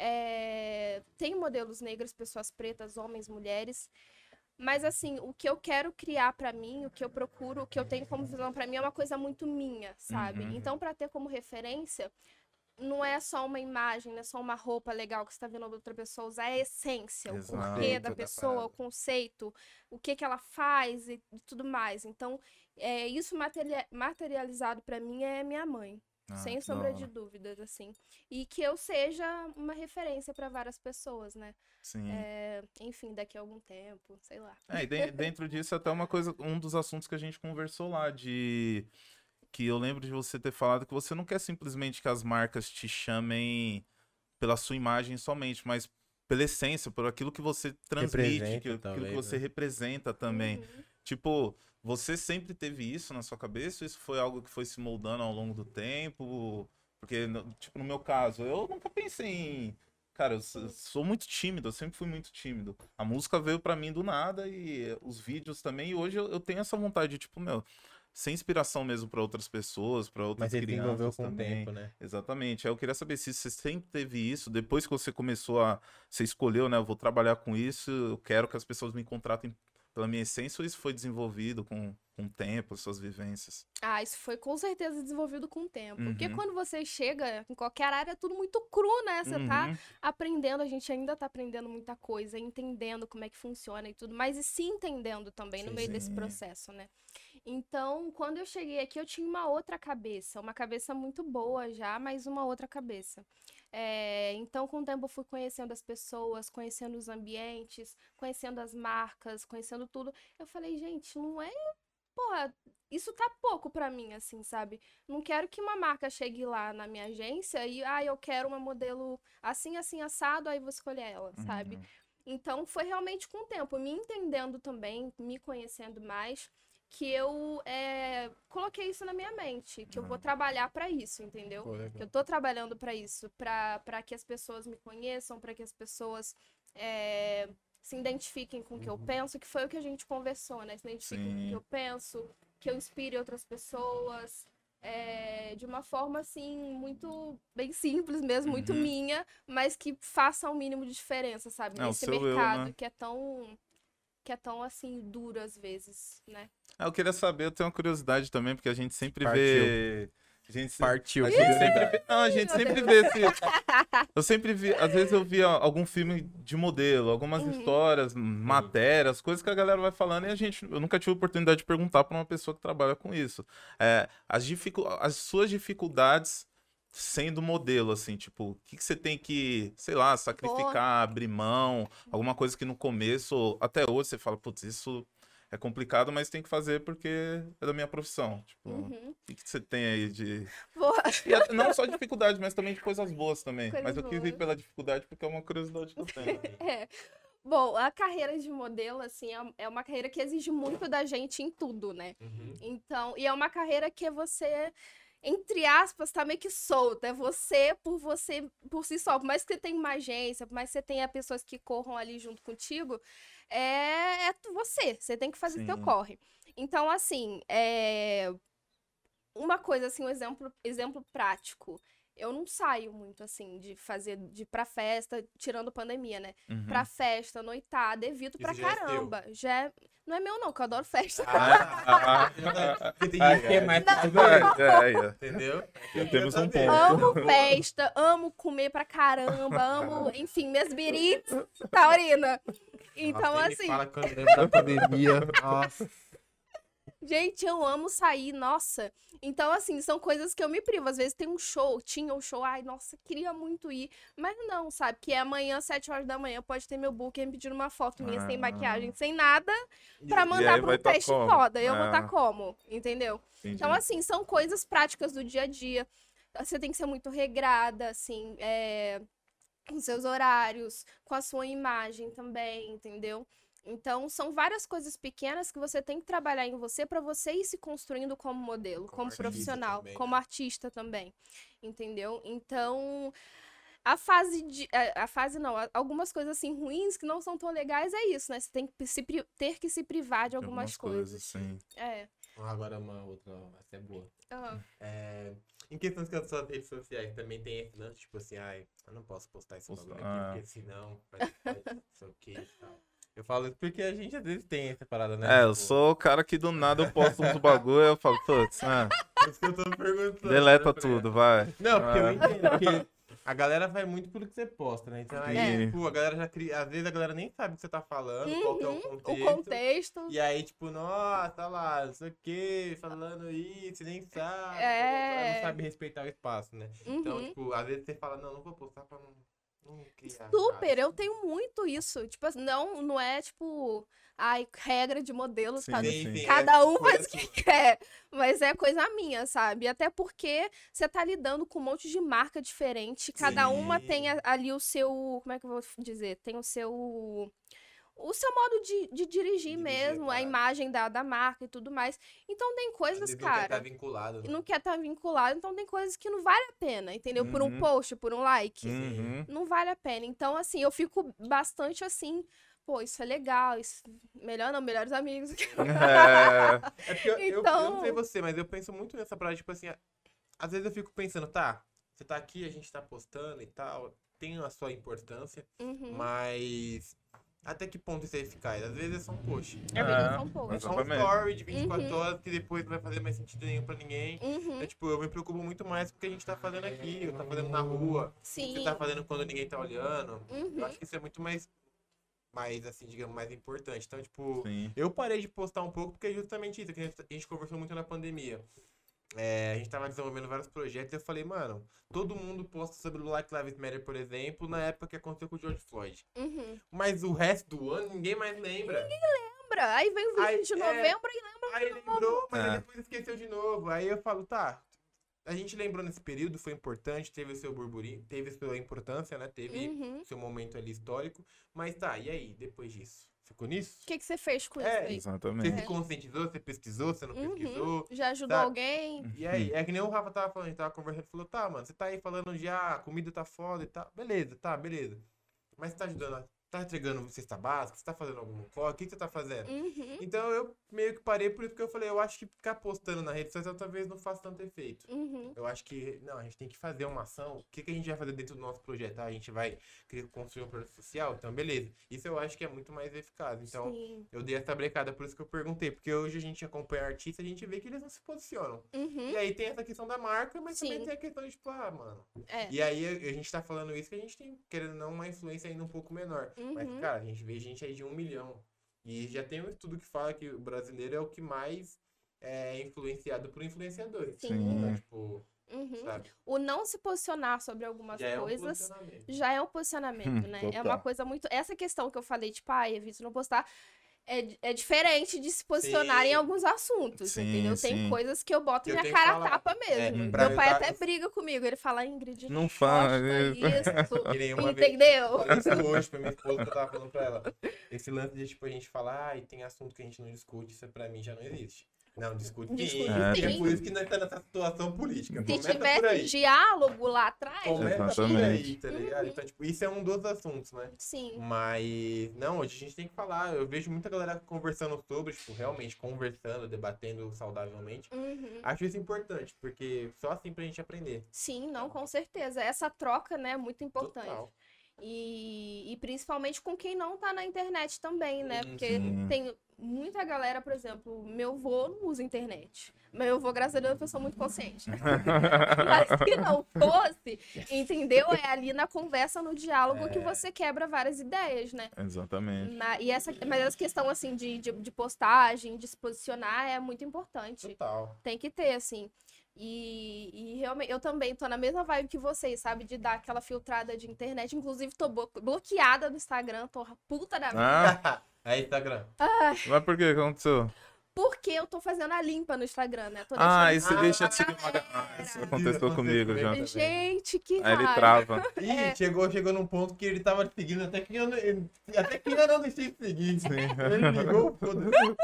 tem modelos negros, pessoas pretas, homens, mulheres. Mas assim, o que eu quero criar pra mim, o que eu procuro, o que eu tenho como visão pra mim é uma coisa muito minha, sabe? Então, pra ter como referência, não é só uma imagem, não é só uma roupa legal que você tá vendo outra pessoa usar, é a essência, o porquê da pessoa, o conceito, o que ela faz e tudo mais. Então, isso materializado pra mim é minha mãe. Sem sombra de dúvidas, assim. E que eu seja uma referência para várias pessoas, né? Sim. Enfim, daqui a algum tempo, sei lá. E dentro disso, até um dos assuntos que a gente conversou lá, que eu lembro de você ter falado que você não quer simplesmente que as marcas te chamem pela sua imagem somente, mas pela essência, por aquilo que você transmite, aquilo que você representa também. Tipo, você sempre teve isso na sua cabeça? Ou isso foi algo que foi se moldando ao longo do tempo? Porque, tipo, no meu caso, eu nunca pensei em... Cara, eu sou muito tímido, eu sempre fui muito tímido. A música veio pra mim do nada e os vídeos também. E hoje eu tenho essa vontade de, tipo, ser inspiração mesmo pra outras pessoas, pra outras crianças também. Mas você desenvolveu com o tempo, né? Exatamente. Aí eu queria saber se você sempre teve isso, depois que você começou você escolheu, né? Eu vou trabalhar com isso, eu quero que as pessoas me contratem pela minha essência, ou isso foi desenvolvido com o tempo, suas vivências? Isso foi com certeza desenvolvido com o tempo. Porque quando você chega em qualquer área, é tudo muito cru, né? Você tá aprendendo, a gente ainda tá aprendendo muita coisa, entendendo como é que funciona e tudo, mas e se entendendo também no meio desse processo, né? Então, quando eu cheguei aqui, eu tinha uma cabeça muito boa já, mas uma outra cabeça. Então, com o tempo, eu fui conhecendo as pessoas, conhecendo os ambientes, conhecendo as marcas, conhecendo tudo. Eu falei, gente, não é... Porra, isso tá pouco pra mim, assim, sabe? Não quero que uma marca chegue lá na minha agência e, eu quero uma modelo assim, assim, assado, aí vou escolher ela, sabe? Então, foi realmente com o tempo, me entendendo também, me conhecendo mais, que eu coloquei isso na minha mente, que eu vou trabalhar pra isso, entendeu? Que eu tô trabalhando pra isso, pra que as pessoas me conheçam, pra que as pessoas se identifiquem com o que eu penso, que foi o que a gente conversou, né? Se identifiquem com o que eu penso, que eu inspire outras pessoas, de uma forma, assim, muito bem simples mesmo, muito minha, mas que faça um mínimo de diferença, sabe? Nesse mercado que é tão, assim, duro às vezes, né? Eu queria saber, eu tenho uma curiosidade também, porque a gente sempre vê... Partiu. A gente sempre vê esse... Eu sempre vi... Às vezes eu via algum filme de modelo, algumas histórias, matérias, coisas que a galera vai falando e eu nunca tive a oportunidade de perguntar para uma pessoa que trabalha com isso. As suas dificuldades sendo modelo, assim, tipo, o que você tem que, sei lá, sacrificar, abrir mão, alguma coisa que no começo, até hoje você fala, putz, isso... É complicado, mas tem que fazer porque é da minha profissão. Tipo, o que você tem aí de... E não só dificuldade, mas também de coisas boas também. Mas eu quis ir pela dificuldade porque é uma curiosidade que eu tenho. Bom, a carreira de modelo, assim, é uma carreira que exige muito da gente em tudo, né? Então, e é uma carreira que você... entre aspas, tá meio que solta. É você por si só. Por mais que você tenha uma agência, por mais que você tenha pessoas que corram ali junto contigo, você. Você tem que fazer o seu corre. Então, assim, uma coisa, assim, um exemplo prático. Eu não saio muito, assim, de ir pra festa, tirando pandemia, né? Pra festa, noitada, evito pra caramba. Não é meu, não, que eu adoro festa. Entendeu? Temos um ponto. Amo festa, amo comer pra caramba, amo, enfim, minhas birites, taurina. Então, assim... Fala quando lembra da pandemia. Nossa. Gente, eu amo sair, nossa. Então, assim, são coisas que eu me privo. Às vezes tinha um show, ai, nossa, queria muito ir. Mas não, sabe? Que é amanhã, 7 horas da manhã, pode ter meu booker me pedindo uma foto minha sem maquiagem, sem nada, pra mandar pra um teste foda. Eu vou estar como, entendeu? Entendi. Então, assim, são coisas práticas do dia a dia. Você tem que ser muito regrada, assim, com seus horários, com a sua imagem também, entendeu? Então, são várias coisas pequenas que você tem que trabalhar em você para você ir se construindo como modelo, como profissional, também, como artista também, entendeu? Então, algumas coisas assim ruins que não são tão legais é isso, né? Você tem que ter que se privar de algumas coisas. Sim. Agora uma outra, essa é boa. Em questões das suas redes sociais, também tem esse lance, tipo assim, eu não posso postar esse bagulho aqui, porque senão vai sei o que e tal. Eu falo isso porque a gente às vezes tem essa parada, né? Eu sou o cara que do nada eu posto uns bagulho e eu falo, putz, Por isso que eu tô perguntando. Deleta tudo, vai. Não, porque eu entendo, porque a galera vai muito pelo que você posta, né? Então aí, tipo, a galera já cria. Às vezes a galera nem sabe o que você tá falando, qual que é o contexto. O contexto. E aí, tipo, nossa, tá lá, não sei o quê, falando isso, nem sabe. Não sabe respeitar o espaço, né? Então, tipo, às vezes você fala, não vou postar pra não criar. Super, eu tenho muito isso. Tipo, não é tipo, regra de modelo, sabe? Cada um faz o que quer. Mas é coisa minha, sabe? Até porque você tá lidando com um monte de marca diferente. Cada uma tem ali o seu. Como é que eu vou dizer? Tem o seu modo de dirigir mesmo, a imagem da marca e tudo mais. Então tem coisas, cara. Não quer estar vinculado. Não quer estar vinculado, então tem coisas que não vale a pena, entendeu? Por um post, por um like. Não vale a pena. Então, assim, eu fico bastante assim. Pô, isso é legal, isso... melhor não, melhores amigos. É porque eu não sei você, mas eu penso muito nessa parada, tipo assim, às vezes eu fico pensando, você tá aqui, a gente tá postando e tal, tem a sua importância, mas até que ponto isso é eficaz? Às vezes é só um post. É só um story de 24 horas que depois não vai fazer mais sentido nenhum pra ninguém. Então, tipo, eu me preocupo muito mais com o que a gente tá fazendo aqui, tá fazendo na rua, o que você tá fazendo quando ninguém tá olhando. Eu acho que isso é muito mais assim, digamos, mais importante. Então, tipo, eu parei de postar um pouco porque é justamente isso, que a gente conversou muito na pandemia. A gente tava desenvolvendo vários projetos e eu falei, mano, todo mundo posta sobre o Black Lives Matter, por exemplo, na época que aconteceu com o George Floyd. Mas o resto do ano ninguém mais lembra. Ninguém lembra. Aí vem o 20 de novembro e lembra de novo. Aí lembrou, mas depois esqueceu de novo. Aí eu falo, a gente lembrou nesse período, foi importante, teve o seu burburinho, teve sua importância, né? Teve seu momento ali histórico. Mas e aí, depois disso? Ficou nisso? O que você fez com isso aí? Exatamente. Você se conscientizou, você pesquisou, você não pesquisou? Já ajudou alguém? E aí, é que nem o Rafa tava falando, a gente tava conversando, falou, mano, você tá aí falando de, a comida tá foda e tal. Beleza, beleza. Mas você tá ajudando, tá entregando cesta básica, você tá fazendo algum corre, o que você tá fazendo? Então eu meio que parei por isso que eu falei, eu acho que ficar postando na rede social talvez não faça tanto efeito. Eu acho que, não, a gente tem que fazer uma ação. O que a gente vai fazer dentro do nosso projeto? A gente vai construir um projeto social? Então, beleza. Isso eu acho que é muito mais eficaz. Então, eu dei essa brecada, por isso que eu perguntei. Porque hoje a gente acompanha artista, a gente vê que eles não se posicionam. E aí tem essa questão da marca, mas também tem a questão de, tipo, mano. E aí a gente tá falando isso que a gente tem, querendo ou não, uma influência ainda um pouco menor. Mas, cara, a gente vê gente aí de 1 milhão. E já tem um estudo que fala que o brasileiro é o que mais é influenciado por influenciadores. Então, tipo, sabe? O não se posicionar sobre algumas coisas já é um posicionamento, né? É uma coisa muito... Essa questão que eu falei, tipo, evito não postar... É diferente de se posicionar em alguns assuntos, entendeu? Tem coisas que eu boto minha cara a tapa mesmo. Meu pai até briga comigo. Ele fala, Ingrid, não fala isso. Entendeu? Isso hoje pra minha esposa, que eu tava falando pra ela. Esse lance de, tipo, a gente falar, e tem assunto que a gente não discute, isso pra mim já não existe. Não, discute sim. É por isso que nós estamos nessa situação política. Se tivesse diálogo lá atrás... Começa por aí, tá ligado? Então, tipo, isso é um dos assuntos, né? Sim. Mas, não, hoje a gente tem que falar. Eu vejo muita galera conversando sobre, tipo, realmente conversando, debatendo saudavelmente. Acho isso importante, porque só assim pra gente aprender. Sim, não, com certeza. Essa troca, né, é muito importante. Total. E principalmente com quem não tá na internet também, né? Porque tem muita galera, por exemplo, meu avô não usa internet. Meu avô, graças a Deus, é uma pessoa muito consciente. Mas se não fosse, entendeu? É ali na conversa, no diálogo que você quebra várias ideias, né? Exatamente. Mas essa questão, assim, de postagem, de se posicionar é muito importante. Total. Tem que ter, assim. E realmente, eu também tô na mesma vibe que vocês, sabe? De dar aquela filtrada de internet. Inclusive, tô bloqueada no Instagram, tô puta da vida. Aí, Instagram. Mas por que aconteceu? Porque eu tô fazendo a limpa no Instagram, né? E você deixa de seguir uma... Isso aconteceu comigo já. Gente, que raiva. Aí ele trava. Chegou num ponto que ele tava te seguindo, até que eu não deixei de seguir. Sim. Ele ligou, foda-se.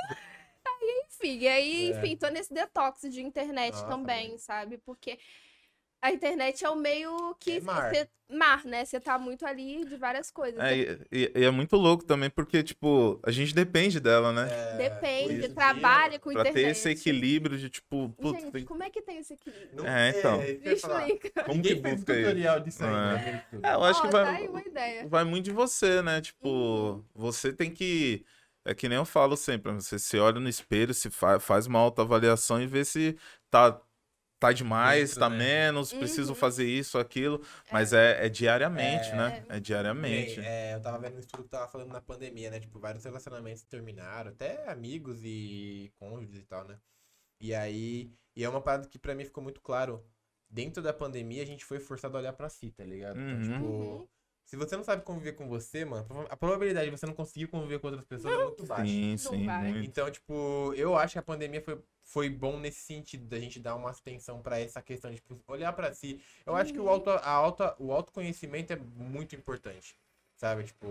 Enfim, tô nesse detox de internet também, sabe? Porque a internet é o meio que... mar, né? Você tá muito ali de várias coisas. E é muito louco também, porque, tipo, a gente depende dela, né? Depende, trabalha com internet. Pra ter esse equilíbrio de, tipo... Gente, como é que tem esse equilíbrio? Então. Me explica. Como que fez tutorial disso aí, né? Eu acho que vai muito de você, né? Tipo, você tem que... É que nem eu falo sempre, você se olha no espelho, se faz uma autoavaliação e vê se tá demais, tá menos, preciso fazer isso, aquilo, mas é diariamente, né? É diariamente. Eu tava vendo um estudo que tava falando na pandemia, né? Tipo, vários relacionamentos terminaram, até amigos e cônjuges e tal, né? E é uma parada que pra mim ficou muito claro, dentro da pandemia a gente foi forçado a olhar pra si, tá ligado? Então, tipo... Se você não sabe conviver com você, mano, a probabilidade de você não conseguir conviver com outras pessoas é muito baixa. Sim, muito. Então, tipo, eu acho que a pandemia foi bom nesse sentido, da gente dar uma atenção pra essa questão de tipo, olhar pra si. Eu acho que o autoconhecimento é muito importante, sabe? Tipo,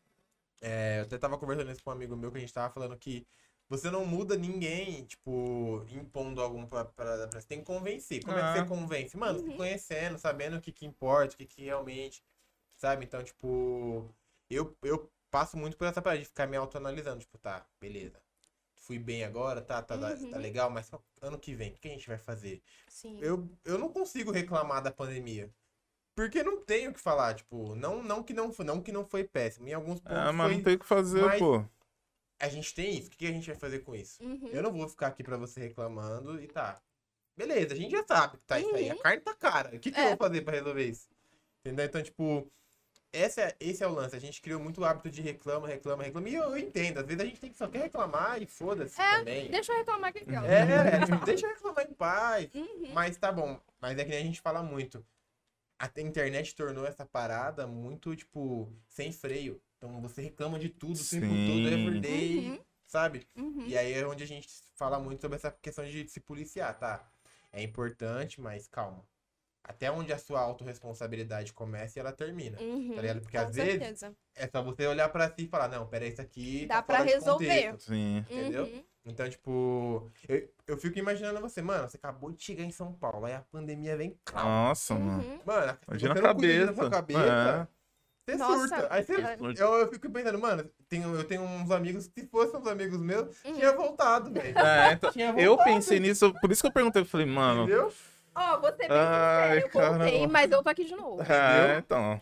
eu até tava conversando isso com um amigo meu que a gente tava falando que você não muda ninguém, tipo, impondo algum pra você tem que convencer. Como é que você convence? Mano, se conhecendo, sabendo o que importa, o que realmente... Sabe? Então, tipo, eu passo muito por essa parada de ficar me autoanalisando. Tipo, tá, beleza. Fui bem agora, tá legal, mas ano que vem, o que a gente vai fazer? Sim. Eu não consigo reclamar da pandemia. Porque não tenho o que falar, tipo, não que não foi péssimo. Em alguns pontos mas não tem o que fazer, pô. A gente tem isso, o que a gente vai fazer com isso? Eu não vou ficar aqui pra você reclamando e tá. Beleza, a gente já sabe que tá isso aí. A carne tá cara. O que eu vou fazer pra resolver isso? Entendeu? Então, tipo... Esse é o lance, a gente criou muito o hábito de reclama, e eu entendo, às vezes a gente só quer reclamar e foda-se também. Deixa eu reclamar que tipo, deixa eu reclamar em paz, mas tá bom, mas é que nem a gente fala muito, a internet tornou essa parada muito, tipo, sem freio, então você reclama de tudo, o tempo todo, everyday, sabe? E aí é onde a gente fala muito sobre essa questão de se policiar, tá? É importante, mas calma. Até onde a sua autorresponsabilidade começa e ela termina. Tá ligado? Porque às vezes é só você olhar pra si e falar, não, peraí, isso aqui dá pra resolver. Sim. Entendeu? Então, tipo, eu fico imaginando você, mano, você acabou de chegar em São Paulo, aí a pandemia vem calma. Nossa, mano. Mano, imagina você a cabeça. Da sua cabeça, você surta. Aí eu fico pensando, mano, eu tenho uns amigos, se fossem uns amigos meus, tinha voltado, velho. Então, eu pensei nisso, por isso que eu perguntei, eu falei, mano... Entendeu? Vou ser bem sincero, eu voltei, mas eu tô aqui de novo. Então.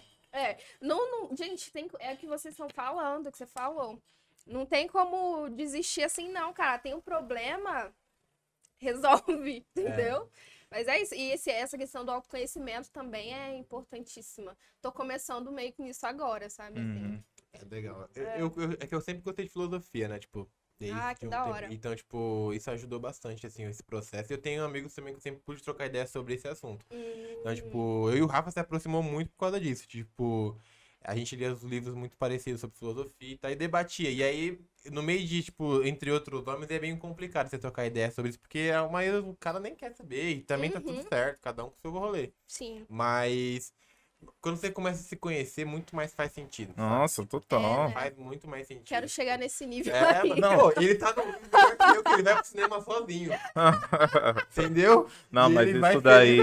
Gente, é o que vocês estão falando, que você falou. Não tem como desistir assim, não, cara. Tem um problema, resolve, entendeu? Mas é isso. E essa questão do autoconhecimento também é importantíssima. Tô começando meio que nisso agora, sabe? Assim. É legal. É que eu sempre gostei de filosofia, né? Tipo, que da hora. Então, tipo, isso ajudou bastante, assim, esse processo. Eu tenho amigos também que sempre pude trocar ideia sobre esse assunto. Então, tipo, eu e o Rafa se aproximou muito por causa disso. Tipo, a gente lia os livros muito parecidos sobre filosofia e tal, e debatia. E aí, no meio de, tipo, entre outros homens, é bem complicado você trocar ideia sobre isso, porque a maioria do cara nem quer saber. E também tá tudo certo, cada um com o seu rolê. Sim. Mas... Quando você começa a se conhecer, muito mais faz sentido. Sabe? Nossa, total. Faz muito mais sentido. Quero chegar nesse nível aí. Não, ele tá no melhor que eu, que ele vai pro cinema sozinho. Entendeu? Não, mas isso daí...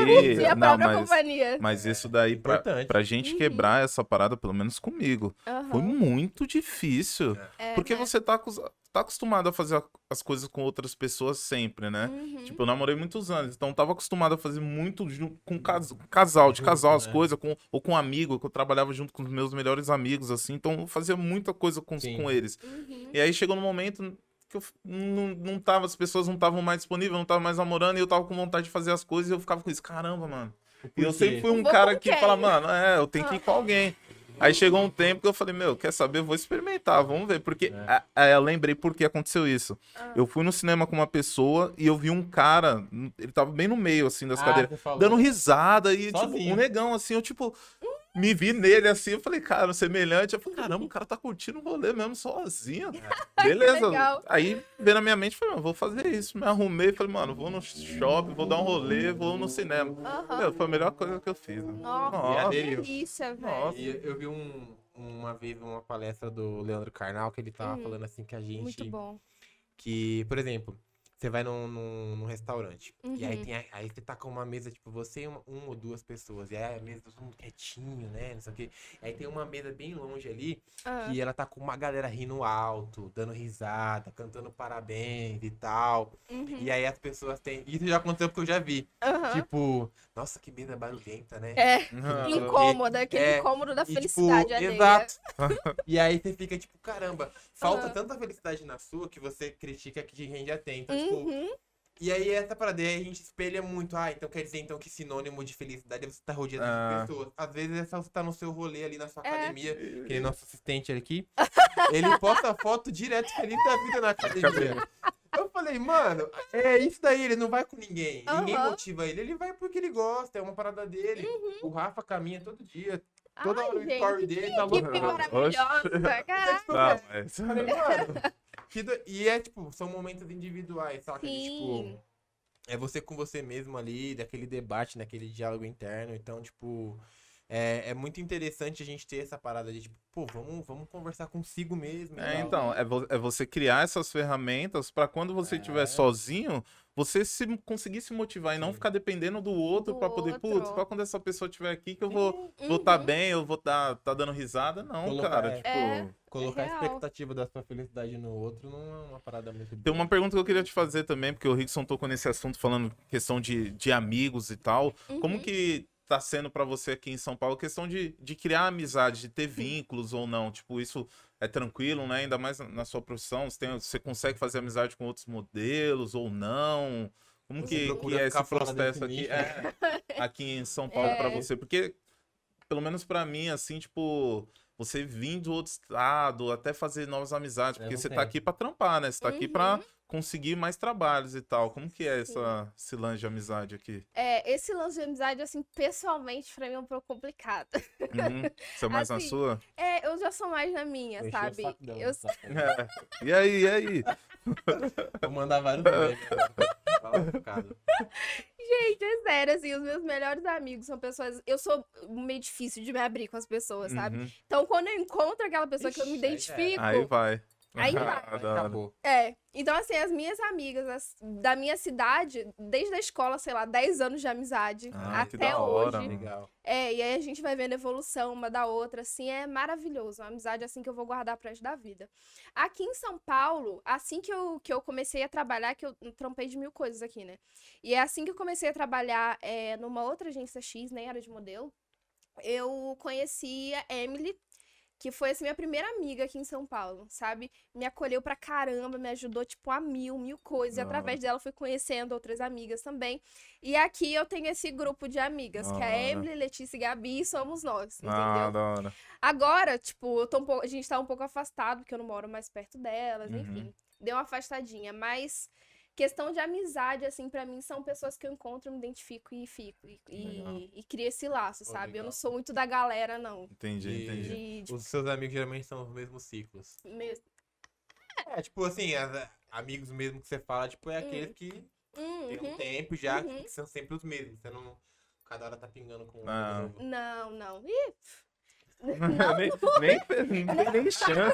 Mas isso daí, pra gente quebrar essa parada, pelo menos comigo, foi muito difícil. Porque você tá acostumado a fazer as coisas com outras pessoas sempre, né? Tipo, eu namorei muitos anos, então eu tava acostumado a fazer muito com casal, as coisas, ou com um amigo, que eu trabalhava junto com os meus melhores amigos, assim, então eu fazia muita coisa com eles. E aí chegou no momento que eu não tava, as pessoas não estavam mais disponíveis, não tava mais namorando, e eu tava com vontade de fazer as coisas, e eu ficava com isso, caramba, mano. E eu sempre fui um cara que fala, mano, eu tenho que ir com alguém. Aí chegou um tempo que eu falei, quer saber? Eu vou experimentar, vamos ver. Porque eu lembrei por que aconteceu isso. Eu fui no cinema com uma pessoa e eu vi um cara, ele tava bem no meio, assim, das cadeiras, dando risada e, sozinho. Tipo, um negão, assim, eu, tipo... me vi nele assim, eu falei, cara, semelhante. Eu falei, caramba, o cara tá curtindo o rolê mesmo sozinho. Beleza. Aí veio na minha mente, falei, vou fazer isso. Me arrumei, falei, mano, vou no shopping, vou dar um rolê, vou no cinema. Meu, foi a melhor coisa que eu fiz. Nossa, que delícia, velho. E eu vi uma vez uma palestra do Leandro Carnal que ele tava falando assim que a gente... Muito bom. Que, por exemplo, você vai num restaurante e aí você tá com uma mesa, tipo, você e uma ou duas pessoas. E aí a mesa todo mundo quietinho, né? Não sei o quê. Aí tem uma mesa bem longe ali que ela tá com uma galera rindo alto, dando risada, cantando parabéns e tal. E aí as pessoas têm... Isso já aconteceu porque eu já vi. Tipo, nossa, que mesa barulhenta, né? Incômoda, aquele incômodo da felicidade tipo, alheia. Exato. E aí você fica tipo, caramba, falta tanta felicidade na sua que você critica que quem já tem. Então, tipo, e aí essa parada aí a gente espelha muito. Então quer dizer então que sinônimo de felicidade é você estar rodeado de pessoas. Às vezes é só você estar no seu rolê ali na sua academia, que nem nosso assistente aqui. Ele posta foto direto feliz da vida na academia. Eu falei, mano, é isso daí, ele não vai com ninguém. Ninguém motiva ele. Ele vai porque ele gosta, é uma parada dele. O Rafa caminha todo dia. Toda hora o story dele tá louco. Que maravilhosa, caraca. Não, mas... Falei, mano... E é, tipo, são momentos individuais, sabe? Tipo, é você com você mesmo ali, daquele debate, daquele diálogo interno. Então, tipo, é muito interessante a gente ter essa parada de, tipo, pô, vamos conversar consigo mesmo. Então, é você criar essas ferramentas pra quando você estiver sozinho, você conseguir se motivar e não ficar dependendo do outro pra poder, putz, só quando essa pessoa estiver aqui que eu vou tá bem, eu vou tá dando risada. Não, cara, tipo... Colocar a expectativa da sua felicidade no outro não é uma parada muito boa. Tem uma pergunta que eu queria te fazer também, porque o Rickson tocou nesse assunto falando questão de amigos e tal. Como que tá sendo pra você aqui em São Paulo a questão de criar amizade, de ter vínculos ou não? Tipo, isso é tranquilo, né? Ainda mais na sua profissão, você consegue fazer amizade com outros modelos ou não? Como que é esse processo aqui, aqui em São Paulo pra você? Porque, pelo menos pra mim, assim, tipo... Você vir do outro estado, até fazer novas amizades, porque você tá aqui pra trampar, né? Você tá aqui pra conseguir mais trabalhos e tal. Como que é esse lance de amizade aqui? Esse lance de amizade, assim, pessoalmente, pra mim é um pouco complicado. Você é mais assim, na sua? Eu já sou mais na minha, sabe? E aí? Vou mandar vários memes. Gente, é sério, assim, os meus melhores amigos são pessoas... Eu sou meio difícil de me abrir com as pessoas, sabe? Então, quando eu encontro aquela pessoa que eu me identifico... Aí vai. Aí vai. Acabou. Então, assim, as minhas amigas da minha cidade, desde a escola, sei lá, 10 anos de amizade, até hoje. Legal. E aí a gente vai vendo a evolução uma da outra, assim, é maravilhoso. Uma amizade, assim, que eu vou guardar pro resto da vida. Aqui em São Paulo, assim que eu comecei a trabalhar, que eu trampei de 1000 coisas aqui, né? E é assim que eu comecei a trabalhar numa outra agência X, nem era de modelo, eu conheci a Emily, que foi, assim, minha primeira amiga aqui em São Paulo, sabe? Me acolheu pra caramba, me ajudou, tipo, a mil coisas. E através dela fui conhecendo outras amigas também. E aqui eu tenho esse grupo de amigas, que é a Emily, Letícia e Gabi, e somos nós, entendeu? Agora, tipo, a gente tá um pouco afastado, porque eu não moro mais perto delas, enfim. Deu uma afastadinha, mas... Questão de amizade, assim, pra mim, são pessoas que eu encontro, me identifico e fico. E crio esse laço, sabe? Legal. Eu não sou muito da galera, não. Entendi. Os seus amigos geralmente são os mesmos ciclos. Tipo assim, amigos mesmo que você fala, tipo, é aqueles que tem um tempo já, que são sempre os mesmos. Você não... Cada hora tá pingando com um. Não. Ih... Nem chance.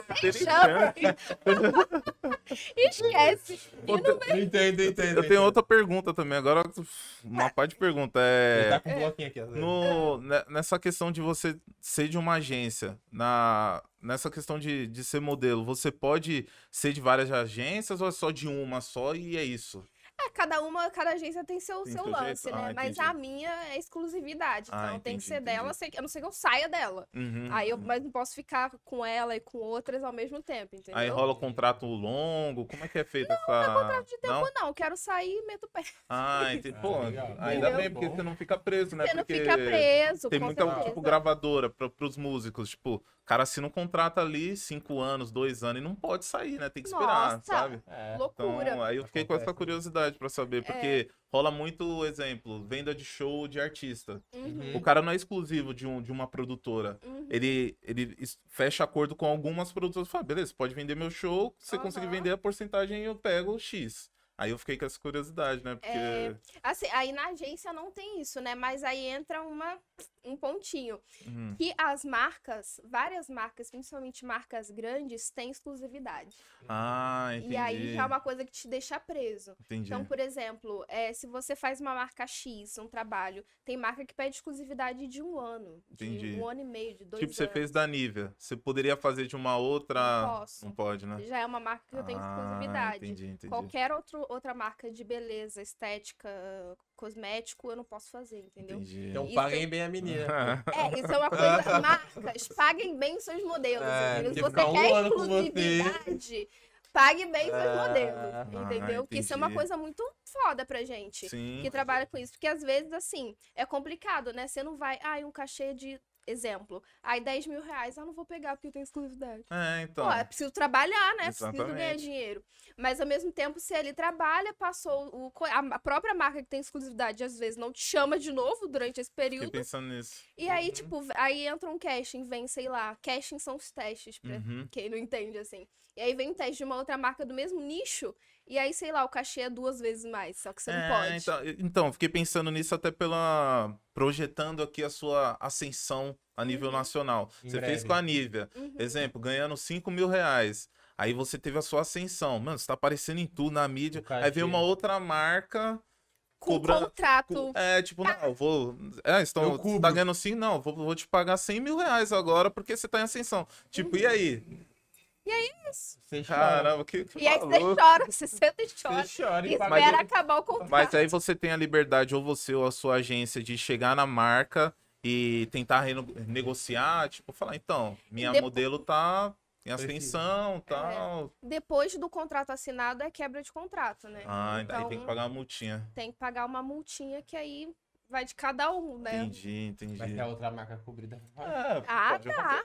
Esquece. Entendo. Eu tenho outra pergunta também. Agora, uma parte de pergunta Ele tá com um bloquinho aqui. Nessa questão de você ser de uma agência, nessa questão de ser modelo, você pode ser de várias agências ou é só de uma só e é isso? Cada agência tem seu lance, né? Mas a minha é exclusividade. Então tem que ser dela, a não ser que eu saia dela. Mas não posso ficar com ela e com outras ao mesmo tempo, entendeu? Aí rola contrato longo? Como é que é feito essa... Não é contrato de tempo, não. Quero sair e meto o pé. Entendi. Pô, ainda bem, porque você não fica preso, né? Você não fica preso, tem muita, tipo, gravadora pros músicos. Tipo, o cara assina um contrato ali, 5 anos, 2 anos, e não pode sair, né? Tem que esperar, sabe? Loucura. Então, aí eu fiquei com essa curiosidade pra pra saber, porque rola muito, exemplo, venda de show de artista. O cara não é exclusivo de uma produtora. Ele fecha acordo com algumas produtoras e fala, beleza, pode vender meu show, se você conseguir vender a porcentagem, eu pego X. Aí eu fiquei com essa curiosidade, né? Porque... assim, aí na agência não tem isso, né? Mas aí entra um pontinho. Que as marcas, várias marcas, principalmente marcas grandes, têm exclusividade. Ah, entendi. E aí já é uma coisa que te deixa preso. Entendi. Então, por exemplo, se você faz uma marca X, um trabalho, tem marca que pede exclusividade de 1 ano. Entendi. De 1 ano e meio, de 2 anos. Tipo, você fez da Nivea. Você poderia fazer de uma outra... Não posso. Não pode, né? Já é uma marca que eu tenho exclusividade. Entendi. Qualquer outra marca de beleza, estética, cosmético, eu não posso fazer, entendeu? Entendi. Então paguem bem a menina. Isso é uma coisa... Marcas, paguem bem seus modelos, entendeu? Se você quer exclusividade, pague bem seus modelos, entendeu? Que isso é uma coisa muito foda pra gente, que trabalha com isso. Porque às vezes, assim, é complicado, né? Você não vai... um cachê de... Exemplo, aí 10 mil reais, eu não vou pegar porque eu tenho exclusividade. Então. Pô, é preciso trabalhar, né? Exatamente. Preciso ganhar dinheiro. Mas ao mesmo tempo, se ele trabalha, passou a própria marca que tem exclusividade, às vezes, não te chama de novo durante esse período. Fiquei pensando nisso. E aí, tipo, aí entra um casting, vem, sei lá, casting são os testes, pra quem não entende, assim. E aí vem um teste de uma outra marca do mesmo nicho, e aí, sei lá, o cachê é 2 vezes mais, só que você não pode. Então, fiquei pensando nisso até projetando aqui a sua ascensão a nível nacional. Você fez com a Nivea, exemplo, ganhando 5 mil reais. Aí você teve a sua ascensão. Mano, você tá aparecendo em tudo na mídia. Aí veio uma outra marca... Com contrato. Tipo, não, eu vou... Você tá ganhando 5? Não, vou te pagar 100 mil reais agora porque você tá em ascensão. Tipo, e aí? E aí é isso. Caramba, que e aí você chora, você senta e chora. Você chora e espera acabar o contrato. Mas aí você tem a liberdade, ou você ou a sua agência, de chegar na marca e tentar negociar, tipo, falar, então, minha modelo tá em ascensão e tal. Depois do contrato assinado é quebra de contrato, né? Então, aí tem que pagar uma multinha. Tem que pagar uma multinha que aí... vai de cada um, né? Entendi. Vai ter a outra marca cobrida. Tá.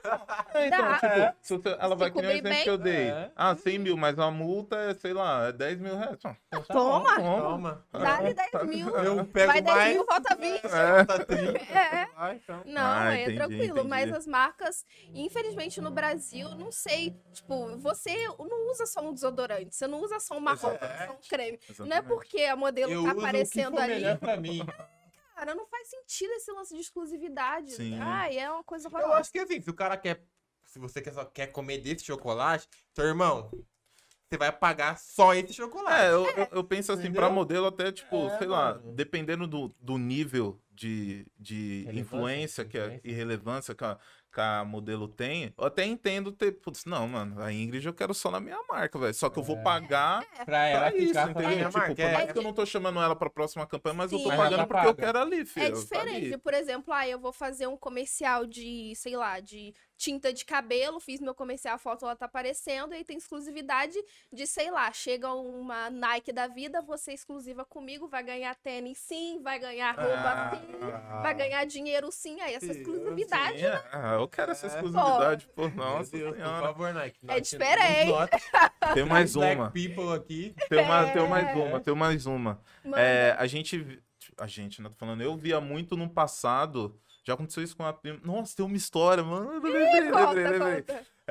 Então, tipo, ela vai criar um exemplo que eu dei. 100 mil, mas a multa é, sei lá, 10 mil reais. Toma. Dá-lhe 10 mil. Eu pego vai 10 mais. mil, volta 20. Volta 30. Então. Não, é tranquilo. Mas as marcas, infelizmente no Brasil, não sei. Tipo, você não usa só um desodorante. Você não usa só uma roupa, só um creme. Exatamente. Não é porque a modelo tá aparecendo ali. Melhor pra mim. Cara, não faz sentido esse lance de exclusividade. Sim. É uma coisa horrorosa. Eu acho que assim, se o cara quer... Se você só quer comer desse chocolate, então, irmão, você vai pagar só esse chocolate. Eu penso assim, pra modelo até, tipo, sei lá, dependendo do nível de influência e relevância que a modelo tem, eu até entendo putz, não, mano, a Ingrid eu quero só na minha marca, velho. Só que eu vou pagar pra ela ficar isso, entendeu? Tipo, marca, por mais que eu não tô chamando ela pra próxima campanha, mas eu tô pagando porque eu quero ali, filho. É diferente. Por exemplo, eu vou fazer um comercial de, sei lá, de tinta de cabelo, fiz meu comercial, a foto ela tá aparecendo, e aí tem exclusividade de, sei lá, chega uma Nike da vida, você é exclusiva comigo, vai ganhar tênis sim, vai ganhar roupa sim, vai ganhar dinheiro sim, aí essa exclusividade, né? Eu quero essa exclusividade, pô, nossa Deus, senhora. por favor, Nike. É diferente. Tem mais uma. People aqui. Tem mais uma. A gente, né, tô falando, eu via muito no passado. Já aconteceu isso com a prima. Nossa, tem uma história, mano. Lembrei.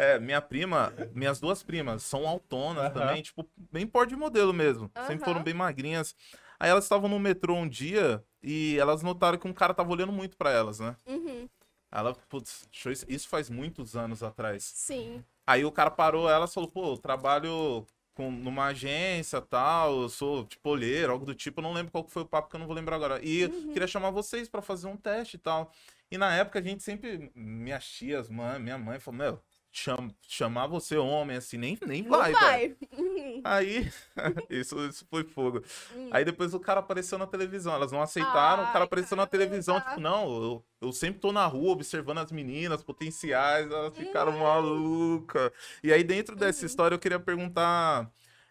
Minhas 2 primas são autonas também, tipo, bem porte de modelo mesmo. Sempre foram bem magrinhas. Aí elas estavam no metrô um dia e elas notaram que um cara tava olhando muito pra elas, né? Ela, putz, isso faz muitos anos atrás. Sim. Aí o cara parou ela e falou, pô, eu trabalho numa agência e tal, eu sou tipo olheiro, algo do tipo, eu não lembro qual que foi o papo que eu não vou lembrar agora. E queria chamar vocês pra fazer um teste e tal. E na época a gente sempre, minhas tias, minha mãe falou, meu, chamar você homem assim, nem vai, velho. Aí, isso foi fogo. Aí depois o cara apareceu na televisão, elas não aceitaram, o cara apareceu na televisão, tipo, não, eu sempre tô na rua observando as meninas potenciais, elas ficaram malucas. E aí dentro dessa história eu queria perguntar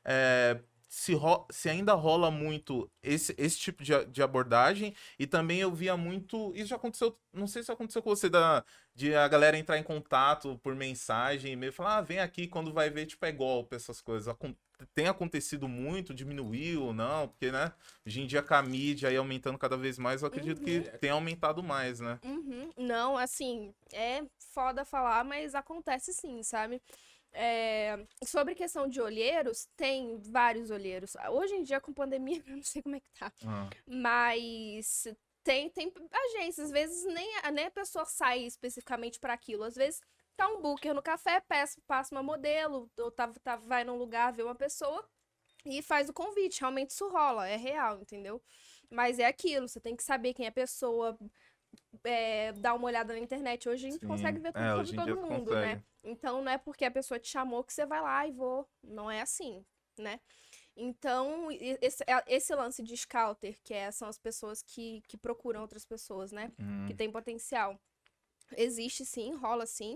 se ainda rola muito esse tipo de abordagem, e também eu via muito, isso já aconteceu, não sei se aconteceu com você, de a galera entrar em contato por mensagem, e meio falar, vem aqui, quando vai ver, tipo, é golpe, essas coisas. tem acontecido muito, diminuiu ou não? Porque, né, hoje em dia com a mídia aí aumentando cada vez mais, eu acredito que tem aumentado mais, né? Não, assim, é foda falar, mas acontece sim, sabe? Sobre questão de olheiros, tem vários olheiros. Hoje em dia, com pandemia, eu não sei como é que tá. Mas tem agências, às vezes nem a pessoa sai especificamente para aquilo. Às vezes tá um booker no café, passa uma modelo, ou vai num lugar, vê uma pessoa e faz o convite. Realmente isso rola, é real, entendeu? Mas é aquilo, você tem que saber quem é a pessoa, dar uma olhada na internet. Hoje a gente consegue ver tudo sobre todo mundo, né? Então não é porque a pessoa te chamou que você vai lá e vou. Não é assim, né? Então, esse lance de scouter, são as pessoas que procuram outras pessoas, né? Que tem potencial. Existe sim, rola sim.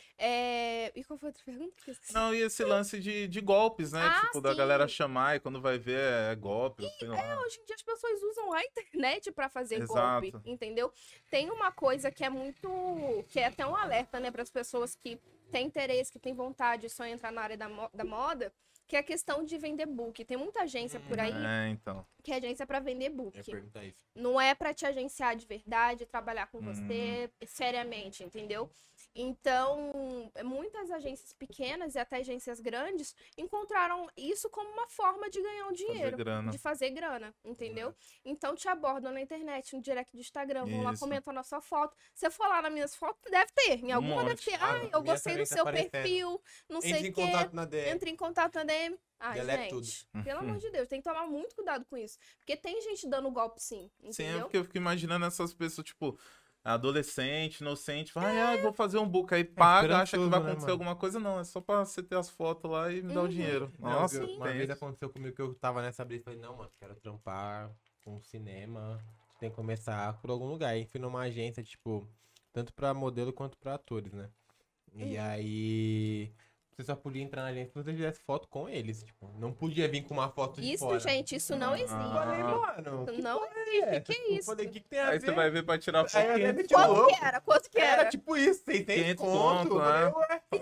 E qual foi a outra pergunta? Não, e esse lance de golpes, né? Tipo, da galera chamar e quando vai ver é golpe. Hoje em dia as pessoas usam a internet pra fazer golpe, entendeu? Tem uma coisa que é até um alerta, né, para as pessoas que têm interesse, que têm vontade de só entrar na área da moda, que é a questão de vender book. Tem muita agência por aí que é agência pra vender book. Não é pra te agenciar de verdade, trabalhar com você seriamente, entendeu? Então, muitas agências pequenas e até agências grandes encontraram isso como uma forma de ganhar um dinheiro, de fazer grana, entendeu? Então, te abordam na internet, no direct do Instagram, vão lá comentando a sua foto. Se você for lá nas minhas fotos, deve ter. Em alguma deve ter. Eu gostei do seu perfil, não sei o quê. Entra em contato na DM. Gente, pelo amor de Deus, tem que tomar muito cuidado com isso. Porque tem gente dando golpe, sim, entendeu? Sim, é porque eu fico imaginando essas pessoas, tipo, adolescente, inocente, vai, vou fazer um book, aí paga, acha que vai acontecer alguma coisa, não, é só pra você ter as fotos lá e me dar o dinheiro. Nossa, uma vez aconteceu comigo que eu tava nessa brisa, falei, não, mano, quero trampar com cinema, tem que começar por algum lugar. Aí fui numa agência, tipo, tanto pra modelo quanto pra atores, né? E aí... Você só podia entrar na agência se você fizesse foto com eles. Tipo, não podia vir com uma foto de fora. Isso, gente, isso não existe. Eu falei, mano, não existe. Que isso? Eu falei, o que tem a ver? Aí você vai ver pra tirar foto. Quanto que era? Era tipo isso, 600 conto. Né?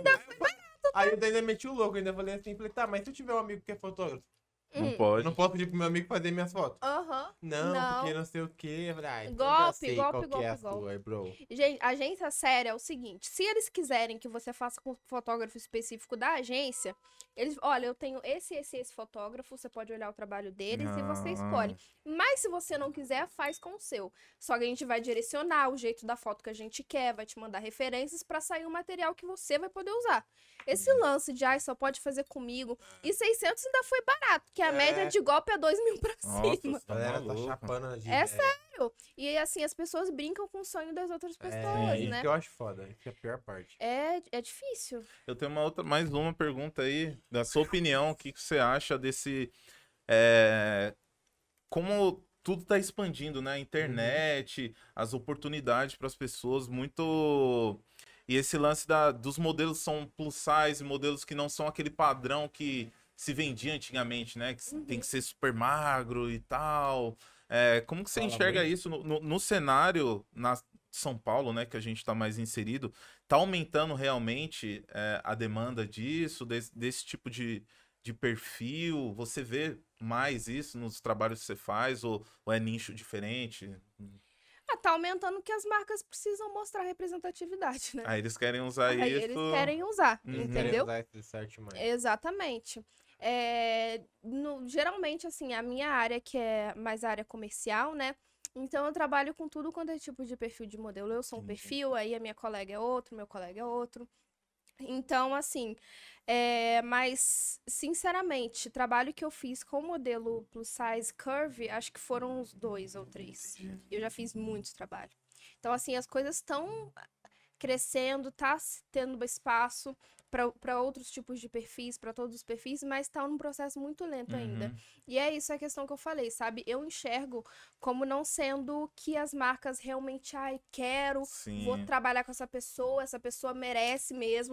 Aí eu ainda meti o louco, ainda falei assim, tá, mas se eu tiver um amigo que é fotógrafo? Não pode. Não posso pedir pro meu amigo fazer minhas fotos? Não, porque não sei o quê. Eu falei, golpe, bro. Gente, agência séria é o seguinte, se eles quiserem que você faça com um fotógrafo específico da agência, olha, eu tenho esse fotógrafo, você pode olhar o trabalho deles e você escolhe. Mas se você não quiser, faz com o seu. Só que a gente vai direcionar o jeito da foto que a gente quer, vai te mandar referências pra sair um material que você vai poder usar. Esse lance de, só pode fazer comigo, e 600 ainda foi barato, porque a média de golpe é 2.000 pra cima. A galera tá chapando de sério. E assim, as pessoas brincam com o sonho das outras pessoas, né? Isso que eu acho foda, isso é a pior parte. É difícil. Eu tenho mais uma pergunta aí, da sua opinião, o que você acha desse... como tudo tá expandindo, né? A internet, as oportunidades para as pessoas, muito... E esse lance dos modelos são plus size, modelos que não são aquele padrão que se vendia antigamente, né? Que tem que ser super magro e tal. Como que você enxerga isso no cenário na São Paulo, né? Que a gente tá mais inserido. Tá aumentando realmente a demanda disso, desse tipo de perfil? Você vê mais isso nos trabalhos que você faz? Ou é nicho diferente? Tá aumentando porque as marcas precisam mostrar representatividade, né? Aí eles querem usar isso. Eles querem usar, entendeu? Querem usar esse mais. Exatamente. Geralmente, assim, a minha área, que é mais a área comercial, né? Então, eu trabalho com tudo quanto é tipo de perfil de modelo. Eu sou um perfil, aí a minha colega é outro, meu colega é outro. Então, assim, mas, sinceramente, trabalho que eu fiz com modelo plus size curve, acho que foram uns 2 ou 3. Eu já fiz muitos trabalhos. Então, assim, as coisas estão crescendo, tá tendo espaço para outros tipos de perfis, para todos os perfis, mas tá num processo muito lento ainda. E é isso a questão que eu falei, sabe? Eu enxergo como não sendo que as marcas realmente, vou trabalhar com essa pessoa merece mesmo,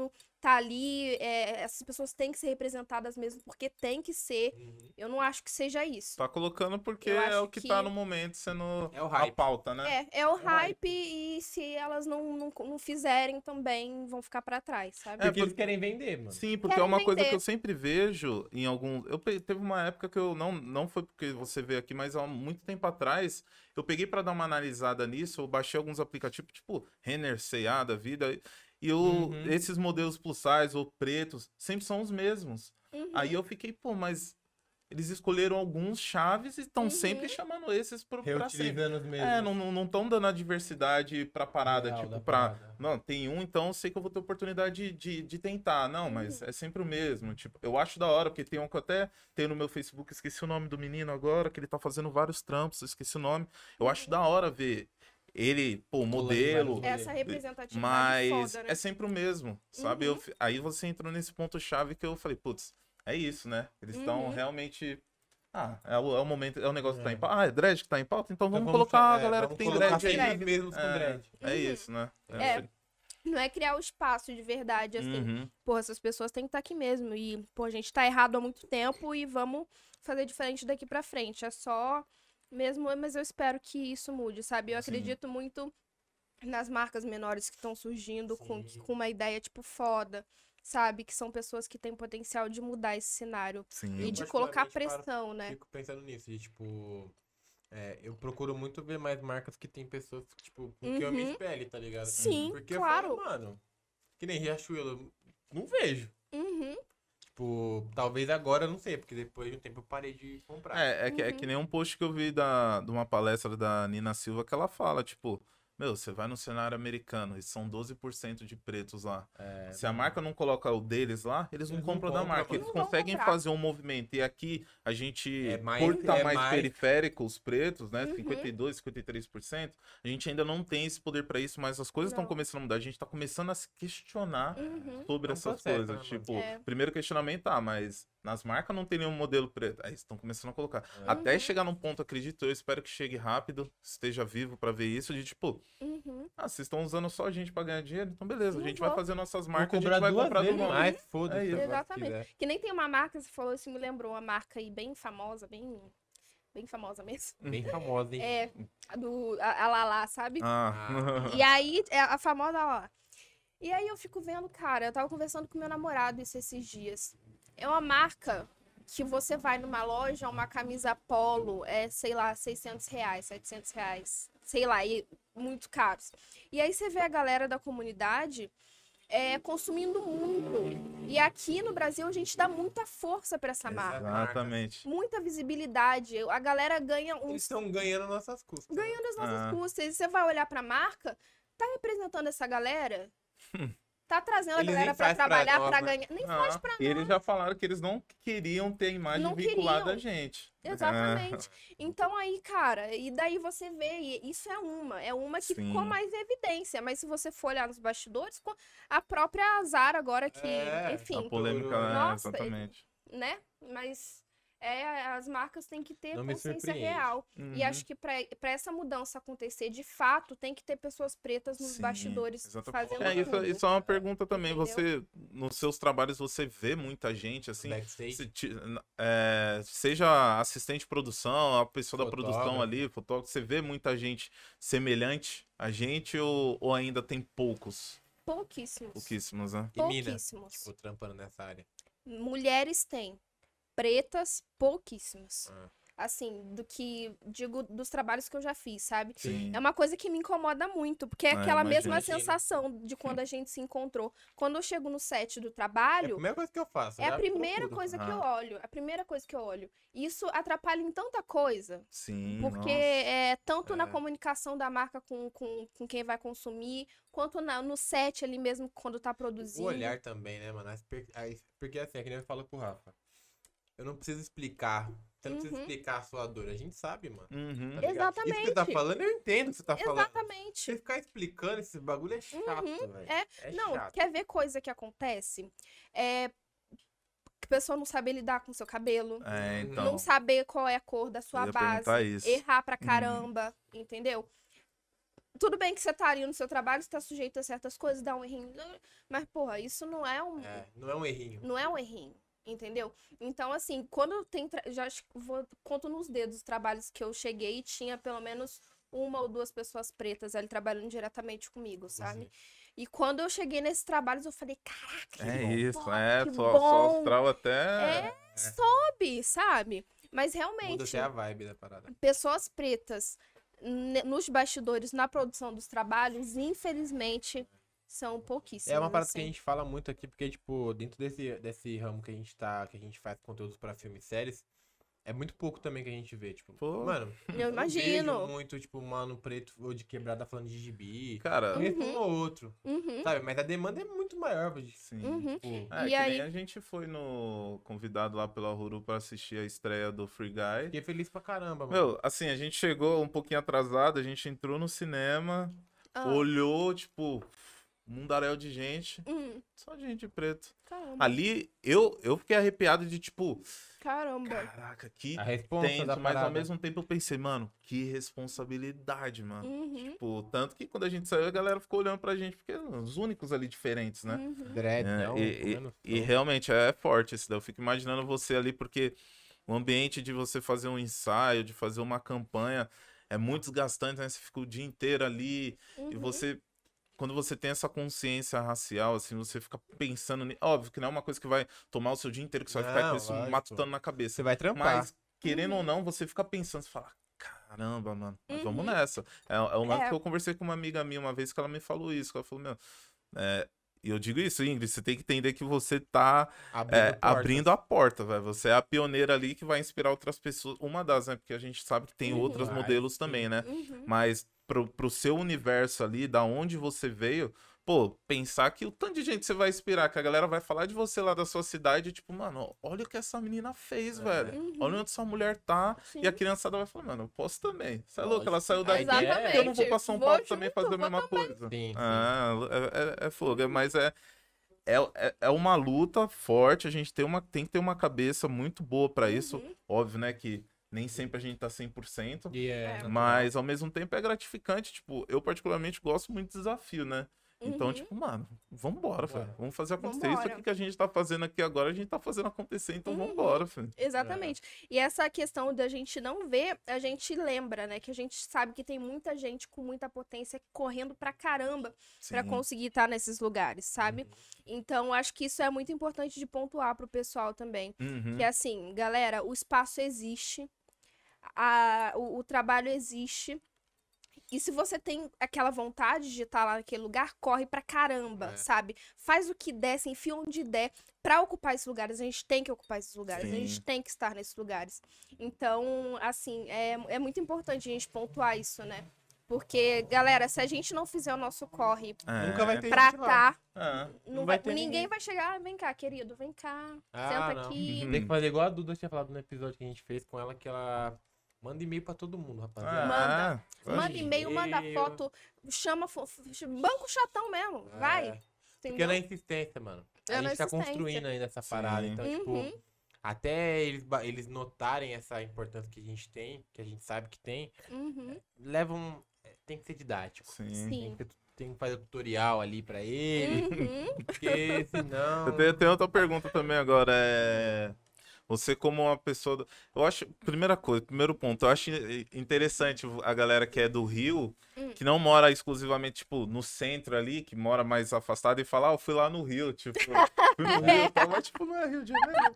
tá ali, essas pessoas têm que ser representadas mesmo, porque tem que ser. Eu não acho que seja isso. Tá colocando porque é o que tá no momento sendo a pauta, né? É o hype e se elas não fizerem também, vão ficar pra trás, sabe? Porque eles querem vender, mano. Sim, porque é uma coisa que eu sempre vejo em alguns... Teve uma época que eu não foi porque você veio aqui, mas há muito tempo atrás, eu peguei pra dar uma analisada nisso, eu baixei alguns aplicativos, tipo Renner, C&A da vida... E esses modelos plus size ou pretos sempre são os mesmos. Aí eu fiquei, pô, mas eles escolheram alguns chaves e estão sempre chamando esses pra sempre. Reutilizando os mesmos. Não estão dando a diversidade pra parada, tipo, não, tem então eu sei que eu vou ter oportunidade de tentar. Não, mas é sempre o mesmo. Tipo, eu acho da hora, porque tem um que eu até tenho no meu Facebook, esqueci o nome do menino agora, que ele tá fazendo vários trampos, esqueci o nome. Eu acho da hora ver ele, pô, modelo. Essa representatividade mas foda, né? é sempre o mesmo, sabe? Aí você entrou nesse ponto-chave que eu falei, putz, é isso, né? Eles estão realmente... é o momento, é o negócio que tá em pauta. É dread que tá em pauta? Então vamos colocar a galera que tem dread aí. Mesmo com dread. É isso, né? Não é criar o espaço de verdade, assim. Porra, essas pessoas têm que estar aqui mesmo. E, pô, a gente tá errado há muito tempo e vamos fazer diferente daqui pra frente. É só... Mesmo, mas eu espero que isso mude, sabe? Eu acredito muito nas marcas menores que estão surgindo com uma ideia, tipo, foda, sabe? Que são pessoas que têm potencial de mudar esse cenário. E de colocar pressão, né? Fico pensando nisso, de, tipo... eu procuro muito ver mais marcas que tem pessoas, tipo, com que eu me espelhe, tá ligado? Sim, porque claro. eu falo, mano, que nem Riachuelo, não vejo. Tipo, talvez agora, eu não sei, porque depois de um tempo eu parei de comprar. É que nem um post que eu vi de uma palestra da Nina Silva que ela fala, tipo, meu, você vai no cenário americano e são 12% de pretos lá. Se a marca não coloca o deles lá, eles não compram da marca. Eles conseguem fazer um movimento. E aqui a gente, por estar mais periférico, os pretos, né? 52%, 53%, a gente ainda não tem esse poder pra isso, mas as coisas estão começando a mudar. A gente tá começando a se questionar sobre essas coisas. Tipo, primeiro questionamento, mas nas marcas não tem nenhum modelo preto. Aí estão começando a colocar. Até chegar num ponto, acredito, eu espero que chegue rápido, esteja vivo pra ver isso, de tipo, vocês estão usando só a gente pra ganhar dinheiro? Então beleza, a gente vai fazer nossas marcas, a gente vai comprar do mundo. Mais, foda-se. Exatamente. Que nem tem uma marca, você falou isso, me lembrou, uma marca aí bem famosa, bem famosa mesmo. Bem famosa, hein? A Lala, sabe? E aí, a famosa Lala. E aí eu fico vendo, cara, eu tava conversando com meu namorado esses dias. É uma marca que você vai numa loja, uma camisa polo, sei lá, R$600, R$700, sei lá, e muito caros. E aí você vê a galera da comunidade consumindo muito. E aqui no Brasil a gente dá muita força pra essa marca. Exatamente. Muita visibilidade. A galera ganha Eles estão ganhando nossas custas. Ganhando as nossas custas. E você vai olhar pra marca, tá representando essa galera? Tá trazendo a galera pra trabalhar, pra ganhar. Nem faz pra nós. E eles já falaram que eles não queriam ter a imagem vinculada a gente. Exatamente. Então aí, cara, e daí você vê, e isso é uma que ficou mais em evidência. Mas se você for olhar nos bastidores, a própria Zara agora que, enfim. A polêmica, nossa, exatamente. Né? Mas as marcas têm que ter consciência real. E acho que pra essa mudança acontecer, de fato, tem que ter pessoas pretas nos bastidores fazendo tudo. Isso é uma pergunta também. Entendeu? Você, nos seus trabalhos, você vê muita gente, assim, seja assistente de produção, a pessoa da produção ali, fotógrafo, você vê muita gente semelhante a gente ou ainda tem poucos? Pouquíssimos, né? E mina, tipo, trampando nessa área. Mulheres têm. Pretas, pouquíssimas. Assim, dos trabalhos que eu já fiz, sabe? Sim. É uma coisa que me incomoda muito, porque é aquela mesma sensação de quando a gente se encontrou. Quando eu chego no set do trabalho... É a primeira coisa que eu faço. É a primeira coisa que eu olho. A primeira coisa que eu olho. Isso atrapalha em tanta coisa. Sim, porque tanto na comunicação da marca com quem vai consumir, quanto no set ali mesmo, quando tá produzindo. O olhar também, né, mano? Porque assim, é que nem eu falo pro Rafa. Eu não preciso explicar. Você não precisa explicar a sua dor. A gente sabe, mano. Tá exatamente. Isso que você tá falando, eu entendo o que você tá falando. Exatamente. Você ficar explicando esse bagulho é chato, velho. Não, chato. Quer ver coisa que acontece? Que a pessoa não sabe lidar com o seu cabelo. Então. Não saber qual é a cor da sua base. Errar pra caramba, entendeu? tudo bem que você tá ali no seu trabalho, você tá sujeito a certas coisas, dá um errinho. Mas, porra, isso não é um... não é um errinho. Não é um errinho, entendeu? Então, assim, quando tem... conto nos dedos os trabalhos que eu cheguei e tinha pelo menos 1 ou 2 pessoas pretas ali trabalhando diretamente comigo, sabe? E quando eu cheguei nesses trabalhos, eu falei, caraca, só astral até... sobe, sabe? Mas realmente... Muda até a vibe da parada. Pessoas pretas nos bastidores, na produção dos trabalhos, infelizmente, são pouquíssimas. É uma parada que a gente fala muito aqui, porque, tipo, dentro desse ramo que a gente faz conteúdos pra filmes e séries, é muito pouco também que a gente vê, tipo, mano, eu imagino. Vejo muito, tipo, mano preto ou de quebrada falando de gibi. Cara, um ou outro, sabe? Mas a demanda é muito maior. Sim. Tipo... E aí... nem a gente foi convidado lá pela Huru pra assistir a estreia do Free Guy. Fiquei feliz pra caramba, mano. Meu, assim, a gente chegou um pouquinho atrasado, a gente entrou no cinema, olhou, tipo... mundaréu de gente, só de gente preta. Caramba. Ali, eu fiquei arrepiado de, tipo... Caramba. Caraca, que a responsa tenso, da mas parada. ao mesmo tempo eu pensei, mano, que responsabilidade, mano. Tipo, tanto que quando a gente saiu, a galera ficou olhando pra gente, porque eram os únicos ali diferentes, né? Dread, não, e realmente é forte esse daí. Eu fico imaginando você ali, porque o ambiente de você fazer um ensaio, de fazer uma campanha, é muito desgastante, né? Você fica o dia inteiro ali e você... Quando você tem essa consciência racial, assim, você fica pensando... Óbvio que não é uma coisa que vai tomar o seu dia inteiro, que você vai ficar com isso matutando na cabeça. Você vai trampar. Mas, querendo ou não, você fica pensando, você fala, caramba, mano, mas vamos nessa. É um lance que eu conversei com uma amiga minha uma vez que ela me falou isso. Que ela falou, meu... E eu digo isso, Ingrid, você tem que entender que você tá abrindo a porta, velho. Você é a pioneira ali que vai inspirar outras pessoas. Uma das, né? Porque a gente sabe que tem outros modelos também, né? Mas pro seu universo ali, da onde você veio, pô, pensar que o tanto de gente você vai inspirar, que a galera vai falar de você lá da sua cidade, tipo, mano, olha o que essa menina fez, velho. Olha onde essa mulher tá. Sim. E a criançada vai falar, mano, eu posso também. Você é louco, ela saiu daqui, eu não vou pra São Paulo também fazer a mesma coisa. Sim. É fogo, mas é uma luta forte, a gente tem que ter uma cabeça muito boa pra isso. Óbvio, né, que nem sempre a gente tá 100%, mas ao mesmo tempo é gratificante, tipo, eu particularmente gosto muito de desafio, né? Então, tipo, mano, vambora, velho. Vamos fazer acontecer. Isso aqui que a gente tá fazendo aqui agora, a gente tá fazendo acontecer, então vambora, velho. Exatamente. E essa questão da gente não ver, a gente lembra, né? Que a gente sabe que tem muita gente com muita potência correndo pra caramba pra conseguir estar nesses lugares, sabe? Então, acho que isso é muito importante de pontuar pro pessoal também. Que assim, galera, o espaço existe, o trabalho existe. E se você tem aquela vontade de estar lá naquele lugar, corre pra caramba, sabe? Faz o que der, se enfia onde der. Pra ocupar esses lugares, a gente tem que ocupar esses lugares. A gente tem que estar nesses lugares. Então, assim, é muito importante a gente pontuar isso, né? Porque, galera, se a gente não fizer o nosso corre nunca vai ter pra gente tá, não vai ter ninguém vai chegar, vem cá, querido, vem cá, senta aqui. Tem que fazer igual a Duda tinha falado no episódio que a gente fez com ela, que ela... Manda e-mail pra todo mundo, rapaziada. Manda e-mail, manda foto, chama, banco chatão mesmo, vai. Porque é na insistência, mano. A gente tá construindo ainda essa parada, então, tipo, até eles notarem essa importância que a gente tem, que a gente sabe que tem, tem que ser didático. Tem que fazer tutorial ali pra ele, porque senão... Eu tenho outra pergunta também agora, Você como uma pessoa... Eu acho... Primeiro ponto, eu acho interessante a galera que é do Rio, que não mora exclusivamente, tipo, no centro ali, que mora mais afastado e fala, eu fui lá no Rio, tipo... Fui no Rio, tá? Mas, tipo, não é Rio de Janeiro.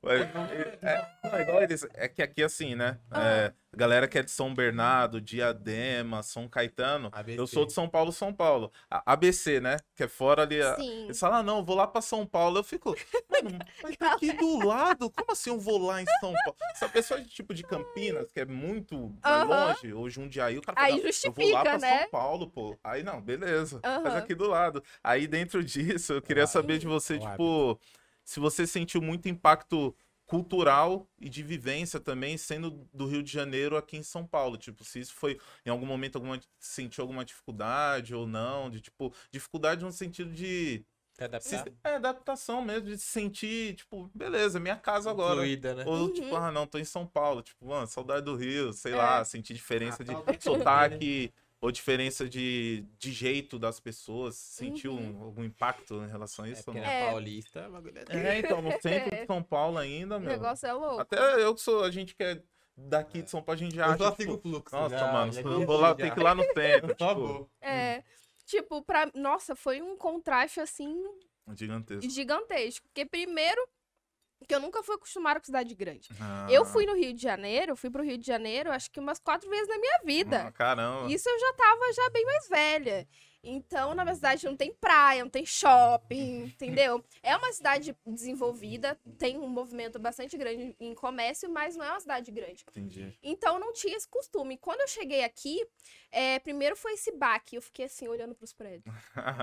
Igual eles... É que aqui, assim, né? A galera que é de São Bernardo, Diadema, São Caetano, ABC. Eu sou de São Paulo. ABC, né? Que é fora ali. Eles falam, não, eu vou lá pra São Paulo. Eu fico, mano, mas tá aqui do lado. Como assim eu vou lá em São Paulo? Se a pessoa é de tipo de Campinas, que é muito mais longe, ou Jundiaí, o cara fala, aí justifica, eu vou lá pra né? São Paulo, pô. Aí não, beleza. Mas aqui do lado. Aí dentro disso, eu queria saber de você, tipo, se você sentiu muito impacto cultural e de vivência também, sendo do Rio de Janeiro aqui em São Paulo. Tipo, se isso foi, em algum momento, sentiu alguma dificuldade ou não, de, tipo, dificuldade no sentido de... adaptação mesmo, de se sentir, tipo, beleza, minha casa agora. Fluida, né? Ou, tipo, não, tô em São Paulo, tipo, mano, saudade do Rio, sei lá, sentir diferença de sotaque Ou diferença de jeito das pessoas? Sentiu algum impacto em relação a isso? Porque é paulista, então, no centro de São Paulo ainda, meu. O negócio é louco. Até eu que sou, a gente que é daqui de São Paulo, a gente já acha, eu sigo o fluxo. Nossa, mano, eu vou lá, tem que ir lá no centro. Tipo, nossa, foi um contraste, assim... Gigantesco. Porque primeiro... Porque eu nunca fui acostumada com cidade grande. Eu fui pro Rio de Janeiro, acho que umas 4 vezes na minha vida. Caramba. Isso eu já tava bem mais velha. Então, na minha cidade não tem praia, não tem shopping, entendeu? É uma cidade desenvolvida, tem um movimento bastante grande em comércio, mas não é uma cidade grande. Entendi. Então, não tinha esse costume. Quando eu cheguei aqui, primeiro foi esse baque. Eu fiquei assim, olhando pros prédios.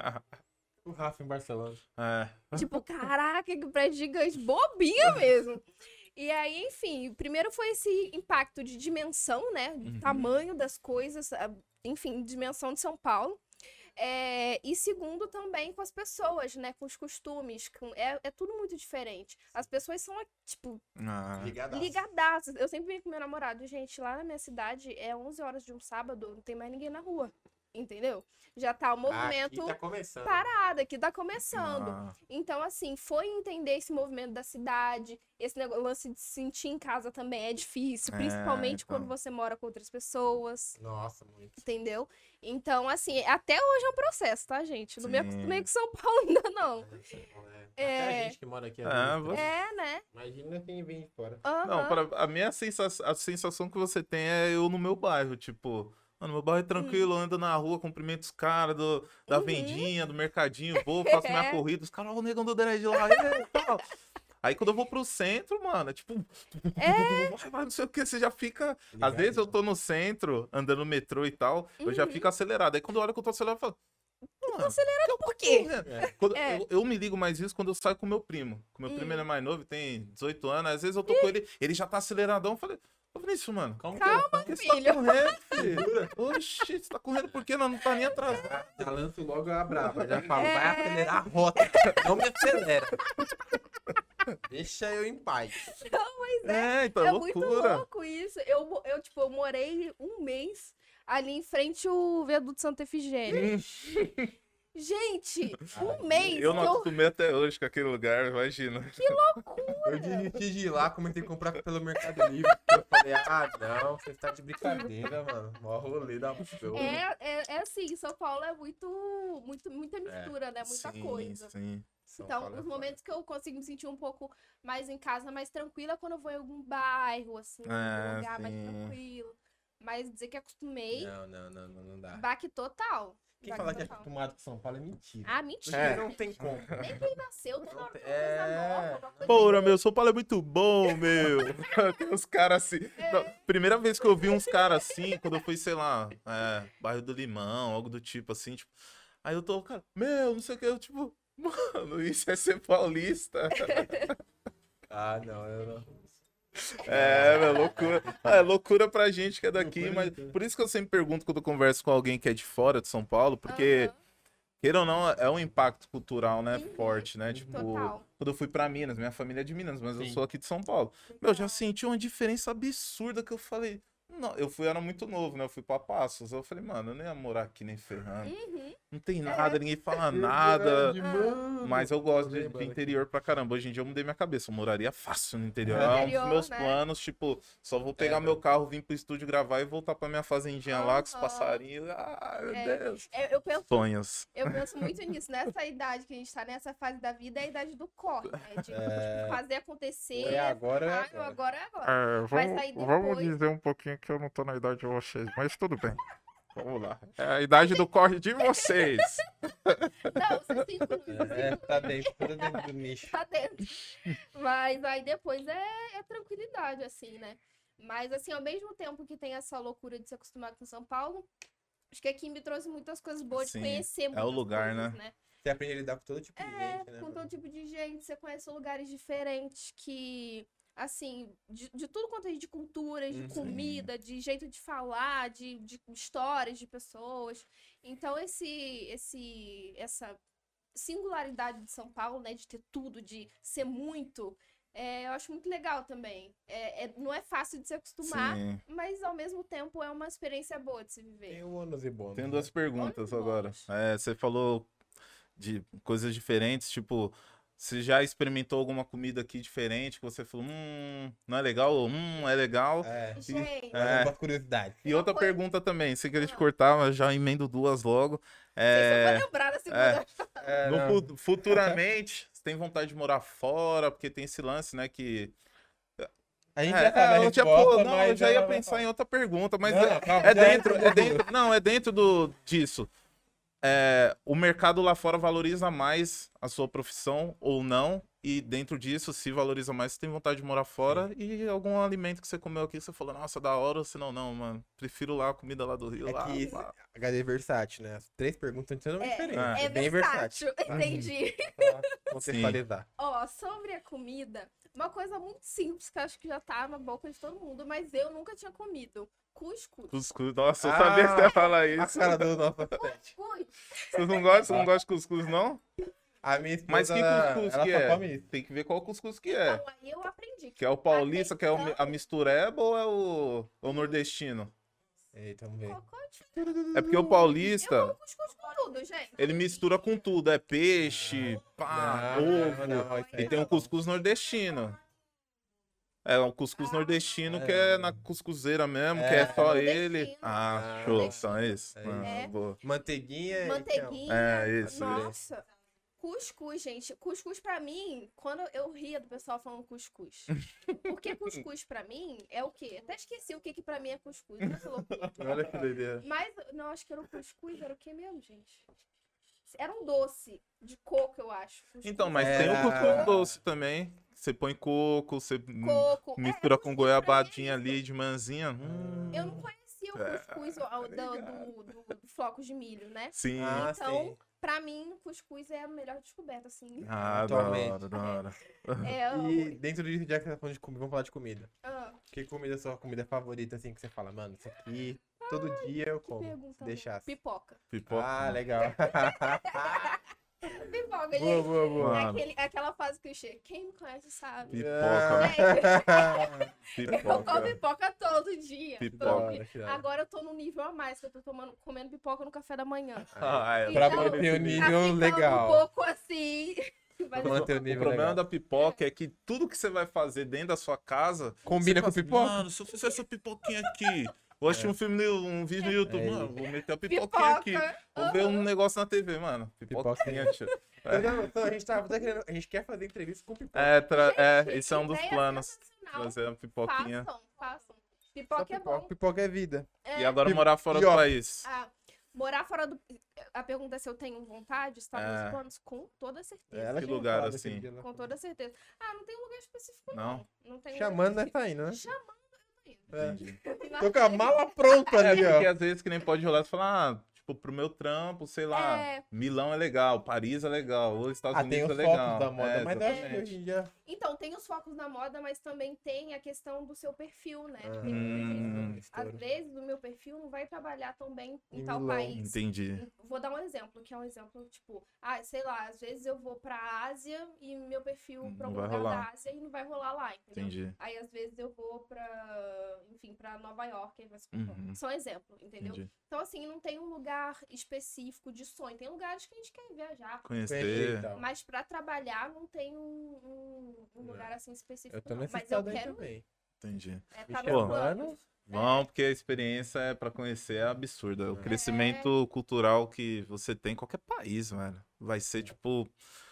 O Rafa em Barcelona. Tipo, caraca, que prédio gigante, bobinha mesmo. E aí, enfim, primeiro foi esse impacto de dimensão, né? Tamanho das coisas, enfim, dimensão de São Paulo. E segundo também com as pessoas, né? Com os costumes. É tudo muito diferente. As pessoas são, tipo, ligadaças. Eu sempre vim com meu namorado. Gente, lá na minha cidade é 11 horas de um sábado, não tem mais ninguém na rua. Entendeu? Já tá o movimento parado, aqui tá começando. Então, assim, foi entender esse movimento da cidade, esse lance de se sentir em casa também é difícil, principalmente quando você mora com outras pessoas. Nossa, muito. Entendeu? Então, assim, até hoje é um processo, tá, gente? Não me acostumei com São Paulo ainda, não. Até a gente que mora aqui né? Imagina quem vem de fora. Não, a minha sensação que você tem é eu no meu bairro, tipo... Mano, meu bairro é tranquilo, eu ando na rua, cumprimento os caras da vendinha, do mercadinho, vou, faço minha corrida, os caras, ó, o negão do dread lá, tal. Aí quando eu vou pro centro, mano, é tipo... Vai, não sei o que, você já fica... Às vezes eu tô no centro, andando no metrô e tal, eu já fico acelerado. Aí quando eu olho que eu tô acelerado, eu falo... Tô acelerado por quê? Eu me ligo mais isso quando eu saio com meu primo. Com meu primo, ele é mais novo, tem 18 anos, às vezes eu tô com ele já tá aceleradão, eu falei... Ô, Vinícius, mano. Calma, filho. Você tá correndo, filho. Oxi, você tá correndo por quê? Não tá nem atrasado. Já lanço logo a brava. Já falo, vai acelerar a rota. Não me acelera. Deixa eu em paz. Não, mas então é loucura. Muito louco isso. Eu morei um mês ali em frente ao viaduto Santa Efigênia. Gente, um mês. Eu não acostumei até hoje com aquele lugar, imagina. Que loucura! Eu desisti de ir lá, comecei a comprar pelo Mercado Livre. Eu falei, não, você tá de brincadeira, mano. Mó rolê da pessoa. Assim, São Paulo é muita mistura, né? Muita coisa. Sim. Então, os momentos que eu consigo me sentir um pouco mais em casa, mais tranquila, quando eu vou em algum bairro, assim, um lugar mais tranquilo. Mas dizer que acostumei. Não dá. Baque total. Quem fala que é acostumado com São Paulo é mentira. Mentira. Não tem como. Nem quem nasceu, toda hora coisa nova. Porra, meu, São Paulo é muito bom, meu. Tem uns caras assim. Não, primeira vez que eu vi uns caras assim, quando eu fui, sei lá, bairro do Limão, algo do tipo assim, tipo. Aí eu tô, cara, não sei o que, eu tipo, mano, isso é ser paulista. Não, eu não. Meu, loucura. É loucura pra gente que é daqui, mas por isso que eu sempre pergunto quando eu converso com alguém que é de fora de São Paulo, porque, queira ou não, é um impacto cultural, né, forte, né? Tipo, quando eu fui pra Minas, minha família é de Minas, mas eu sou aqui de São Paulo. Meu, eu já senti uma diferença absurda que eu falei... Não, era muito novo, né? Eu fui pra Passos. Eu falei, mano, eu nem ia morar aqui nem ferrando. Não tem nada, ninguém fala nada. Mas eu gosto de interior pra caramba. Hoje em dia eu mudei minha cabeça. Eu moraria fácil no interior. É um dos meus planos, tipo, só vou pegar meu carro, vir pro estúdio gravar e voltar pra minha fazendinha lá com os passarinhos. Ai, meu Deus. Sonhos. Eu penso muito nisso. Nessa idade que a gente tá, nessa fase da vida, é a idade do corre, né? De fazer acontecer. Agora. Vamos dizer um pouquinho que eu não tô na idade de vocês, mas tudo bem. Vamos lá. É a idade do corre de vocês. Não, você tem tá dentro do nicho. Tá dentro. Mas aí depois é tranquilidade, assim, né? Mas, assim, ao mesmo tempo que tem essa loucura de se acostumar com São Paulo, acho que aqui me trouxe muitas coisas boas de conhecer muitas o lugar, coisas, né? Você aprende a lidar com todo tipo de gente, né? Com todo tipo de gente. Você conhece lugares diferentes que... Assim, de tudo quanto é de culturas, de comida, de jeito de falar, de histórias de pessoas. Então, essa singularidade de São Paulo, né, de ter tudo, de ser muito eu acho muito legal também. Não é fácil de se acostumar, Sim. mas ao mesmo tempo é uma experiência boa de se viver. Tem ônus e bônus. Tem duas perguntas agora. Você falou de coisas diferentes, tipo, você já experimentou alguma comida aqui diferente que você falou, não é legal, ou é legal? Gente, uma curiosidade. E outra pergunta também, sem querer te cortar, mas já emendo duas logo. Você vai lembrar da segunda. Futuramente, você tem vontade de morar fora, porque tem esse lance, né, que... A gente já sabe a resposta, eu já ia pensar em outra pergunta, mas dentro disso. O mercado lá fora valoriza mais a sua profissão ou não, e dentro disso, se valoriza mais, você tem vontade de morar fora. Sim. E algum alimento que você comeu aqui, você falou, nossa, da hora, ou se não, mano, prefiro lá a comida lá do Rio. Lá. HD é versátil, né? As 3 perguntas são diferentes. É bem versátil. Entendi. Pra contextualizar. Sobre a comida, uma coisa muito simples que eu acho que já tá na boca de todo mundo, mas eu nunca tinha comido. Cuscuz. Nossa, eu sabia que você ia falar isso. A cara do nosso assistente. Você não gosta de cuscuz, não? A minha esposa, mas que cuscuz que é? Come isso. Tem que ver qual cuscuz que é. Então, aí eu aprendi. Que é o paulista, que é a mistureba ou é o nordestino? Eita, vamos ver. É porque o paulista... Eu como cuscuz com tudo, gente. Ele mistura com tudo. É peixe, ovo. E tem um cuscuz nordestino. É um cuscuz nordestino que é na cuscuzeira mesmo, que é só ele. Show. Então é isso. Manteiguinha. Isso. Nossa. Cuscuz, gente. Cuscuz pra mim, quando eu ria do pessoal falando cuscuz. Porque cuscuz pra mim é o quê? Até esqueci o que pra mim é cuscuz. Olha que doideira. Mas, não, acho que era o cuscuz. Era o que mesmo, gente? Era um doce de coco, eu acho. Cuscuz. Então, mas tem o cuscuz doce também. Você põe coco, você mistura com goiabadinha ali de manzinha. Eu não conhecia o cuscuz do flocos de milho, né? Sim. Então, pra mim, o cuscuz é a melhor descoberta, assim. Atualmente. Da hora. E dentro disso, já que você tá falando de comida, vamos falar de comida. Que comida é a sua comida favorita, assim, que você fala, mano, isso aqui, todo dia eu como. Se deixasse. Pipoca. Legal. Pipoca, gente. Boa. Aquela fase clichê. Quem me conhece sabe. Pipoca. Eu como pipoca todo dia. Agora eu tô no nível a mais, que eu tô comendo pipoca no café da manhã. Pra manter o nível legal. Um pouco assim. O problema da pipoca é que tudo que você vai fazer dentro da sua casa... Combina com pipoca? Mano, se eu fizer essa pipoquinha aqui... Vou assistir um vídeo no YouTube, mano. Vou meter a pipoquinha aqui. Vou ver um negócio na TV, mano. Pipoquinha, tio. Então, a gente quer fazer entrevista com pipoca. Isso é um dos planos. Fazer uma pipoquinha. Façam. Pipoca é bom. Pipoca é vida. E agora morar fora do país. Morar fora do... A pergunta é se eu tenho vontade, está nos planos, com toda certeza. Que lugar, assim? Com toda certeza. Não tem um lugar específico, não. Chamando, nós tá indo, né? Chamando. Entendi. Tô com a mala pronta ali, ó. Porque às vezes que nem pode rolar, você fala, tipo, pro meu trampo, sei lá, Milão é legal, Paris é legal, os Estados Unidos é legal. Tem os focos da moda, mas eu acho que hoje em dia... Então, tem os focos da moda, mas também tem a questão do seu perfil, né? Às vezes o meu perfil não vai trabalhar tão bem em tal país. Entendi. Vou dar um exemplo, que é um exemplo, tipo, sei lá, às vezes eu vou pra Ásia e meu perfil pra algum lugar da Ásia e não vai rolar lá, entendeu? Entendi. Aí às vezes eu vou pra Nova York, aí vai ser só um exemplo, entendeu? Entendi. Então, assim, não tem um lugar específico de sonho. Tem lugares que a gente quer viajar. Conhecer. Mas pra trabalhar não tem um lugar assim específico. Eu tô nesse mas estado eu quero também. Entendi. Tá Vamos, porque a experiência pra conhecer é absurda. O crescimento cultural que você tem em qualquer país, velho, vai ser, tipo,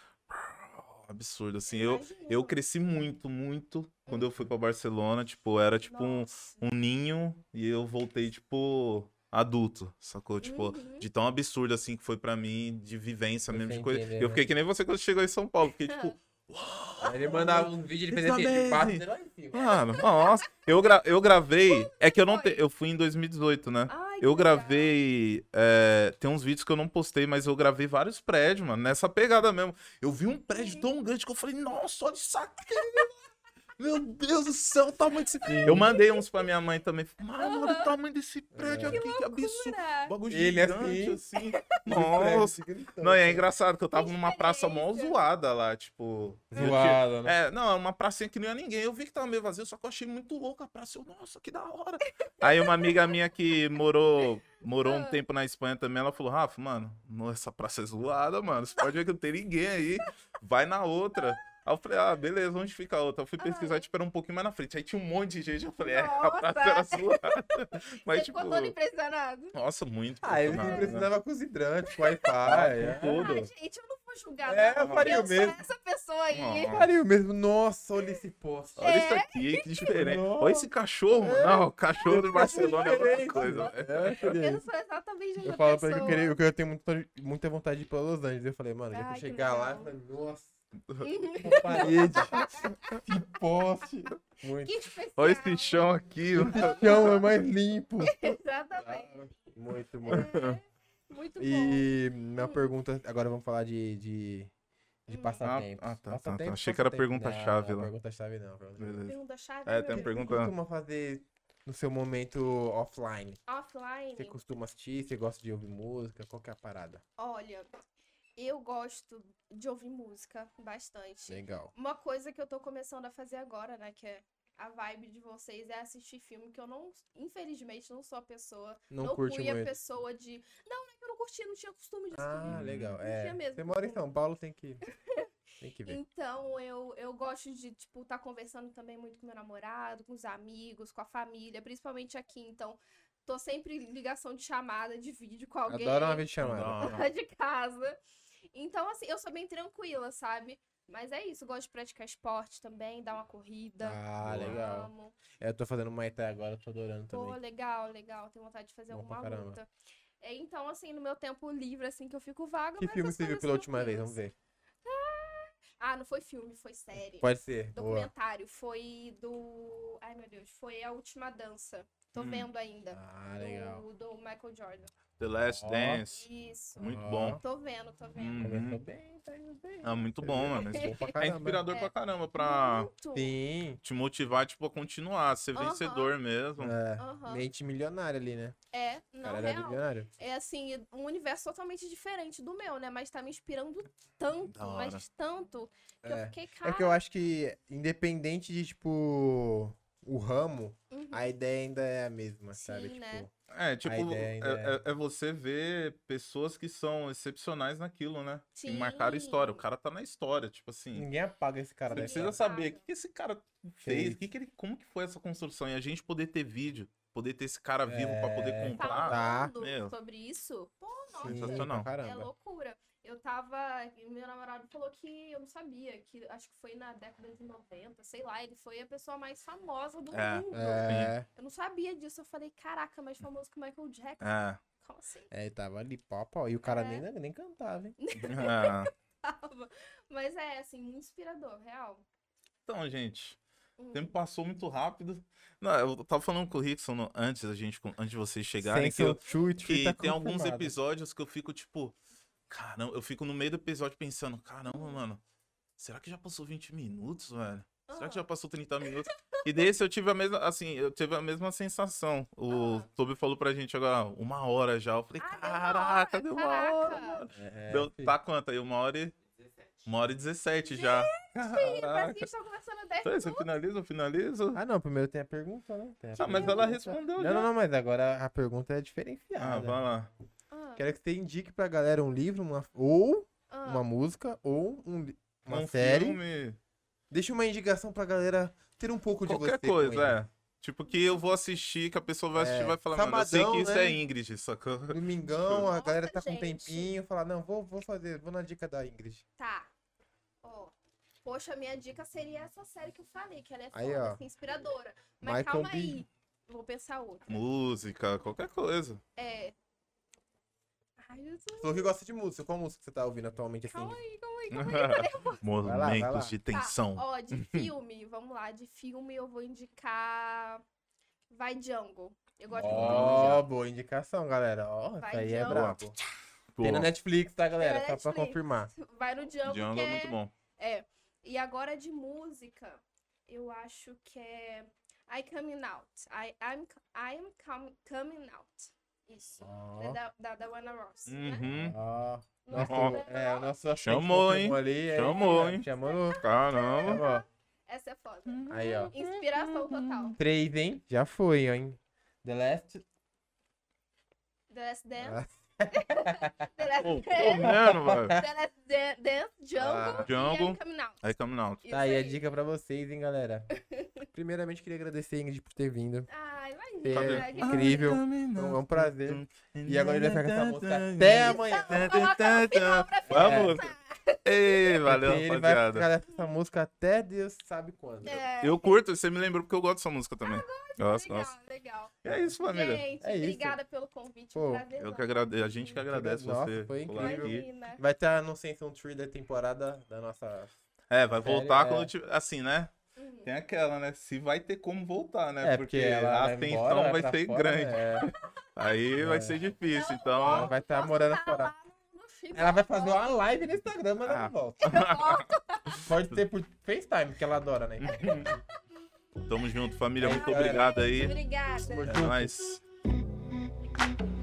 absurdo. Assim, eu cresci muito quando eu fui pra Barcelona. Tipo, era tipo um ninho e eu voltei, tipo, adulto, sacou? Tipo, de tão absurdo assim que foi pra mim, de vivência mesmo, de coisa. Eu fiquei que nem você quando chegou em São Paulo, fiquei tipo... Uau, ele mandava um vídeo, ele fazia assim, lá em cima. Mano, nossa. Eu gravei. É que eu fui em 2018, né? Eu gravei. Tem uns vídeos que eu não postei, mas eu gravei vários prédios, mano. Nessa pegada mesmo. Eu vi um prédio tão grande que eu falei, nossa, olha isso aqui. Meu Deus do céu, o tamanho desse... Eu mandei uns pra minha mãe também. Mano, olha o tamanho desse prédio aqui, que absurdo. Bagulho gigante, assim. Nossa. Não, e é engraçado que eu tava numa praça mó zoada lá, tipo... Zoada, né? Não, é uma pracinha que não ia ninguém. Eu vi que tava meio vazio, só que eu achei muito louco a praça. Eu, nossa, que da hora. Aí uma amiga minha que morou um tempo na Espanha também, ela falou, Rafa, mano, essa praça é zoada, mano. Você pode ver que não tem ninguém aí. Vai na outra. Aí eu falei, beleza, onde fica a outra? Eu fui pesquisar, tipo, era um pouquinho mais na frente. Aí tinha um monte de gente, eu falei, a praça era zoada. Mas, você ficou todo impressionado? Nossa, muito. Ele precisava com os hidrantes, com Wi-Fi, tudo. Gente, eu não vou julgar, eu faria o mesmo. essa pessoa aí. Eu faria o mesmo. Nossa, olha esse poste. Olha isso aqui, que diferente. Olha esse cachorro. Não, o cachorro do Barcelona é outra coisa, velho. Eu sou exatamente essa Eu falo pessoa. pra ele que eu tenho muita vontade de ir pra Los Angeles. Eu falei, mano, já vou chegar lá e falei, nossa. Uma parede, que poste. Muito. Que especial. Olha esse chão aqui. Esse chão é mais limpo. Exatamente. Muito. Muito bom. E minha pergunta, agora vamos falar de passatempos. Tá. Achei que era pergunta-chave lá. Pergunta-chave não. Pergunta-chave. Tem uma pergunta. O que você costuma fazer no seu momento offline? Offline? Você costuma assistir? Você gosta de ouvir música? Qual que é a parada? Olha, eu gosto de ouvir música bastante. Legal. Uma coisa que eu tô começando a fazer agora, né, que é a vibe de vocês, é assistir filme, que eu não, infelizmente, não sou a pessoa, não fui a pessoa de... Não é que eu não curti, não tinha costume de assistir. Legal. Não tinha mesmo. Você mora em São Paulo, tem que ver. Então, eu gosto de, tipo, estar conversando também muito com meu namorado, com os amigos, com a família, principalmente aqui, então... Tô sempre em ligação de chamada, de vídeo com alguém. Adoro uma videochamada. Lá de casa. Então, assim, eu sou bem tranquila, sabe? Mas é isso, gosto de praticar esporte também, dar uma corrida. Legal. Amo. Eu tô fazendo Muay Thai agora, tô adorando também. Pô, legal. Tenho vontade de fazer alguma luta. Então, assim, no meu tempo livre, assim, que eu fico vaga... Que filme você viu pela última vez? Vamos ver. Não foi filme, foi série. Pode ser. Documentário. Boa. Foi do... Ai, meu Deus. Foi A Última Dança. Tô vendo ainda. Legal. Do Michael Jordan. The Last Dance. Isso. Muito bom. Tô vendo. Começou bem, tá indo bem. Muito bom, mano. É inspirador pra caramba, Muito. te motivar, tipo, a continuar, ser vencedor mesmo. Mente milionária ali, né? Não, cara era milionário. É assim, um universo totalmente diferente do meu, né? Mas tá me inspirando tanto, mas tanto, que eu fiquei, cara... É que eu acho que, independente de, tipo... O ramo, a ideia ainda é a mesma, sabe? Né? Tipo, é você ver pessoas que são excepcionais naquilo, né? Sim. Que marcaram história. O cara tá na história, tipo assim. Ninguém apaga esse cara. Você precisa saber o que esse cara fez, como que foi essa construção. E a gente poder ter vídeo, poder ter esse cara vivo pra poder contar. Falando sobre isso, pô, nossa, sensacional. É loucura. Meu namorado falou que eu não sabia, que acho que foi na década de 90, sei lá, ele foi a pessoa mais famosa do mundo. Eu não sabia disso, eu falei, caraca, mais famoso que o Michael Jackson. Como assim? Ele tava ali, pau. E o cara nem cantava, hein? Mas assim, muito inspirador, real. Então, gente, o tempo passou muito rápido. Não, eu tava falando com o Rickson antes de vocês chegarem, que tem alguns episódios que eu fico, tipo... Caramba, eu fico no meio do episódio pensando, caramba, mano, será que já passou 20 minutos, velho? Será que já passou 30 minutos? E desse eu tive a mesma sensação. O Toby falou pra gente agora, 1 hora já. Eu falei, caraca, deu 1 hora, mano. Deu, tá quanto aí? 1h17 já. Parece que a gente tá conversando há 10 minutos. Você finaliza, eu finalizo? Não, primeiro tem a pergunta, né? Mas ela respondeu já. Não, mas agora a pergunta é diferenciada. Vai lá. Quero que você indique pra galera um livro, uma música, ou uma série. Filme. Deixa uma indicação pra galera ter um pouco de você. Qualquer coisa, Tipo, que eu vou assistir, que a pessoa vai assistir e vai falar, mano, eu sei que isso é Ingrid, sacou? Domingão, a galera tá com um tempinho, falar, não, vou na dica da Ingrid. Tá. Poxa, minha dica seria essa série que eu falei, que ela é foda, assim, inspiradora. Mas calma aí, vou pensar outra. Música, qualquer coisa. Falou que gosta de música. Qual música você tá ouvindo atualmente assim? Calma aí. Momentos de tensão. De filme, vamos lá. De filme eu vou indicar Vai Django. Eu gosto muito de Django. Boa indicação, galera. Essa aí é brabo. Pô. Tem na Netflix, tá, galera? Só pra confirmar. Vai no Django, Django é muito bom. E agora de música, Eu acho que é I Coming Out. I'm coming out. Isso. É da Wana Ross, né? O nosso chamou, hein? Ali, chamou, hein? Chamou. Caramba. Essa é foda. Aí, ó. Inspiração total. 3, hein? Já foi, hein? The Last Dance. Comendo, velho. The Last Dance, Jungle e Coming Out. Aí, Coming Out. Tá aí a dica pra vocês, hein, galera. Primeiramente, queria agradecer a Ingrid por ter vindo. Ai, imagina. Incrível. É um prazer. E agora ele vai ficar com essa música até amanhã. Vamos. Ei, valeu, ele vai ficar com essa música até Deus sabe quando. Eu curto, você me lembrou porque eu gosto dessa música também. Gosto. Legal. É isso, família. Gente, obrigada pelo convite. Pô, eu que agradeço. A gente que agradece você. Foi incrível. Vai estar no Season 3 da temporada da nossa... vai voltar quando tiver... Assim, né? Tem aquela, né? Se vai ter como voltar, né? Porque ela a tensão vai ser fora, grande. Aí vai ser difícil, então... Ela vai estar morando fora. Ela vai fazer uma live no Instagram, mas ela volta. Pode ter por FaceTime, porque ela adora, né? Tamo junto, família. Muito obrigado aí. Obrigada. É nóis.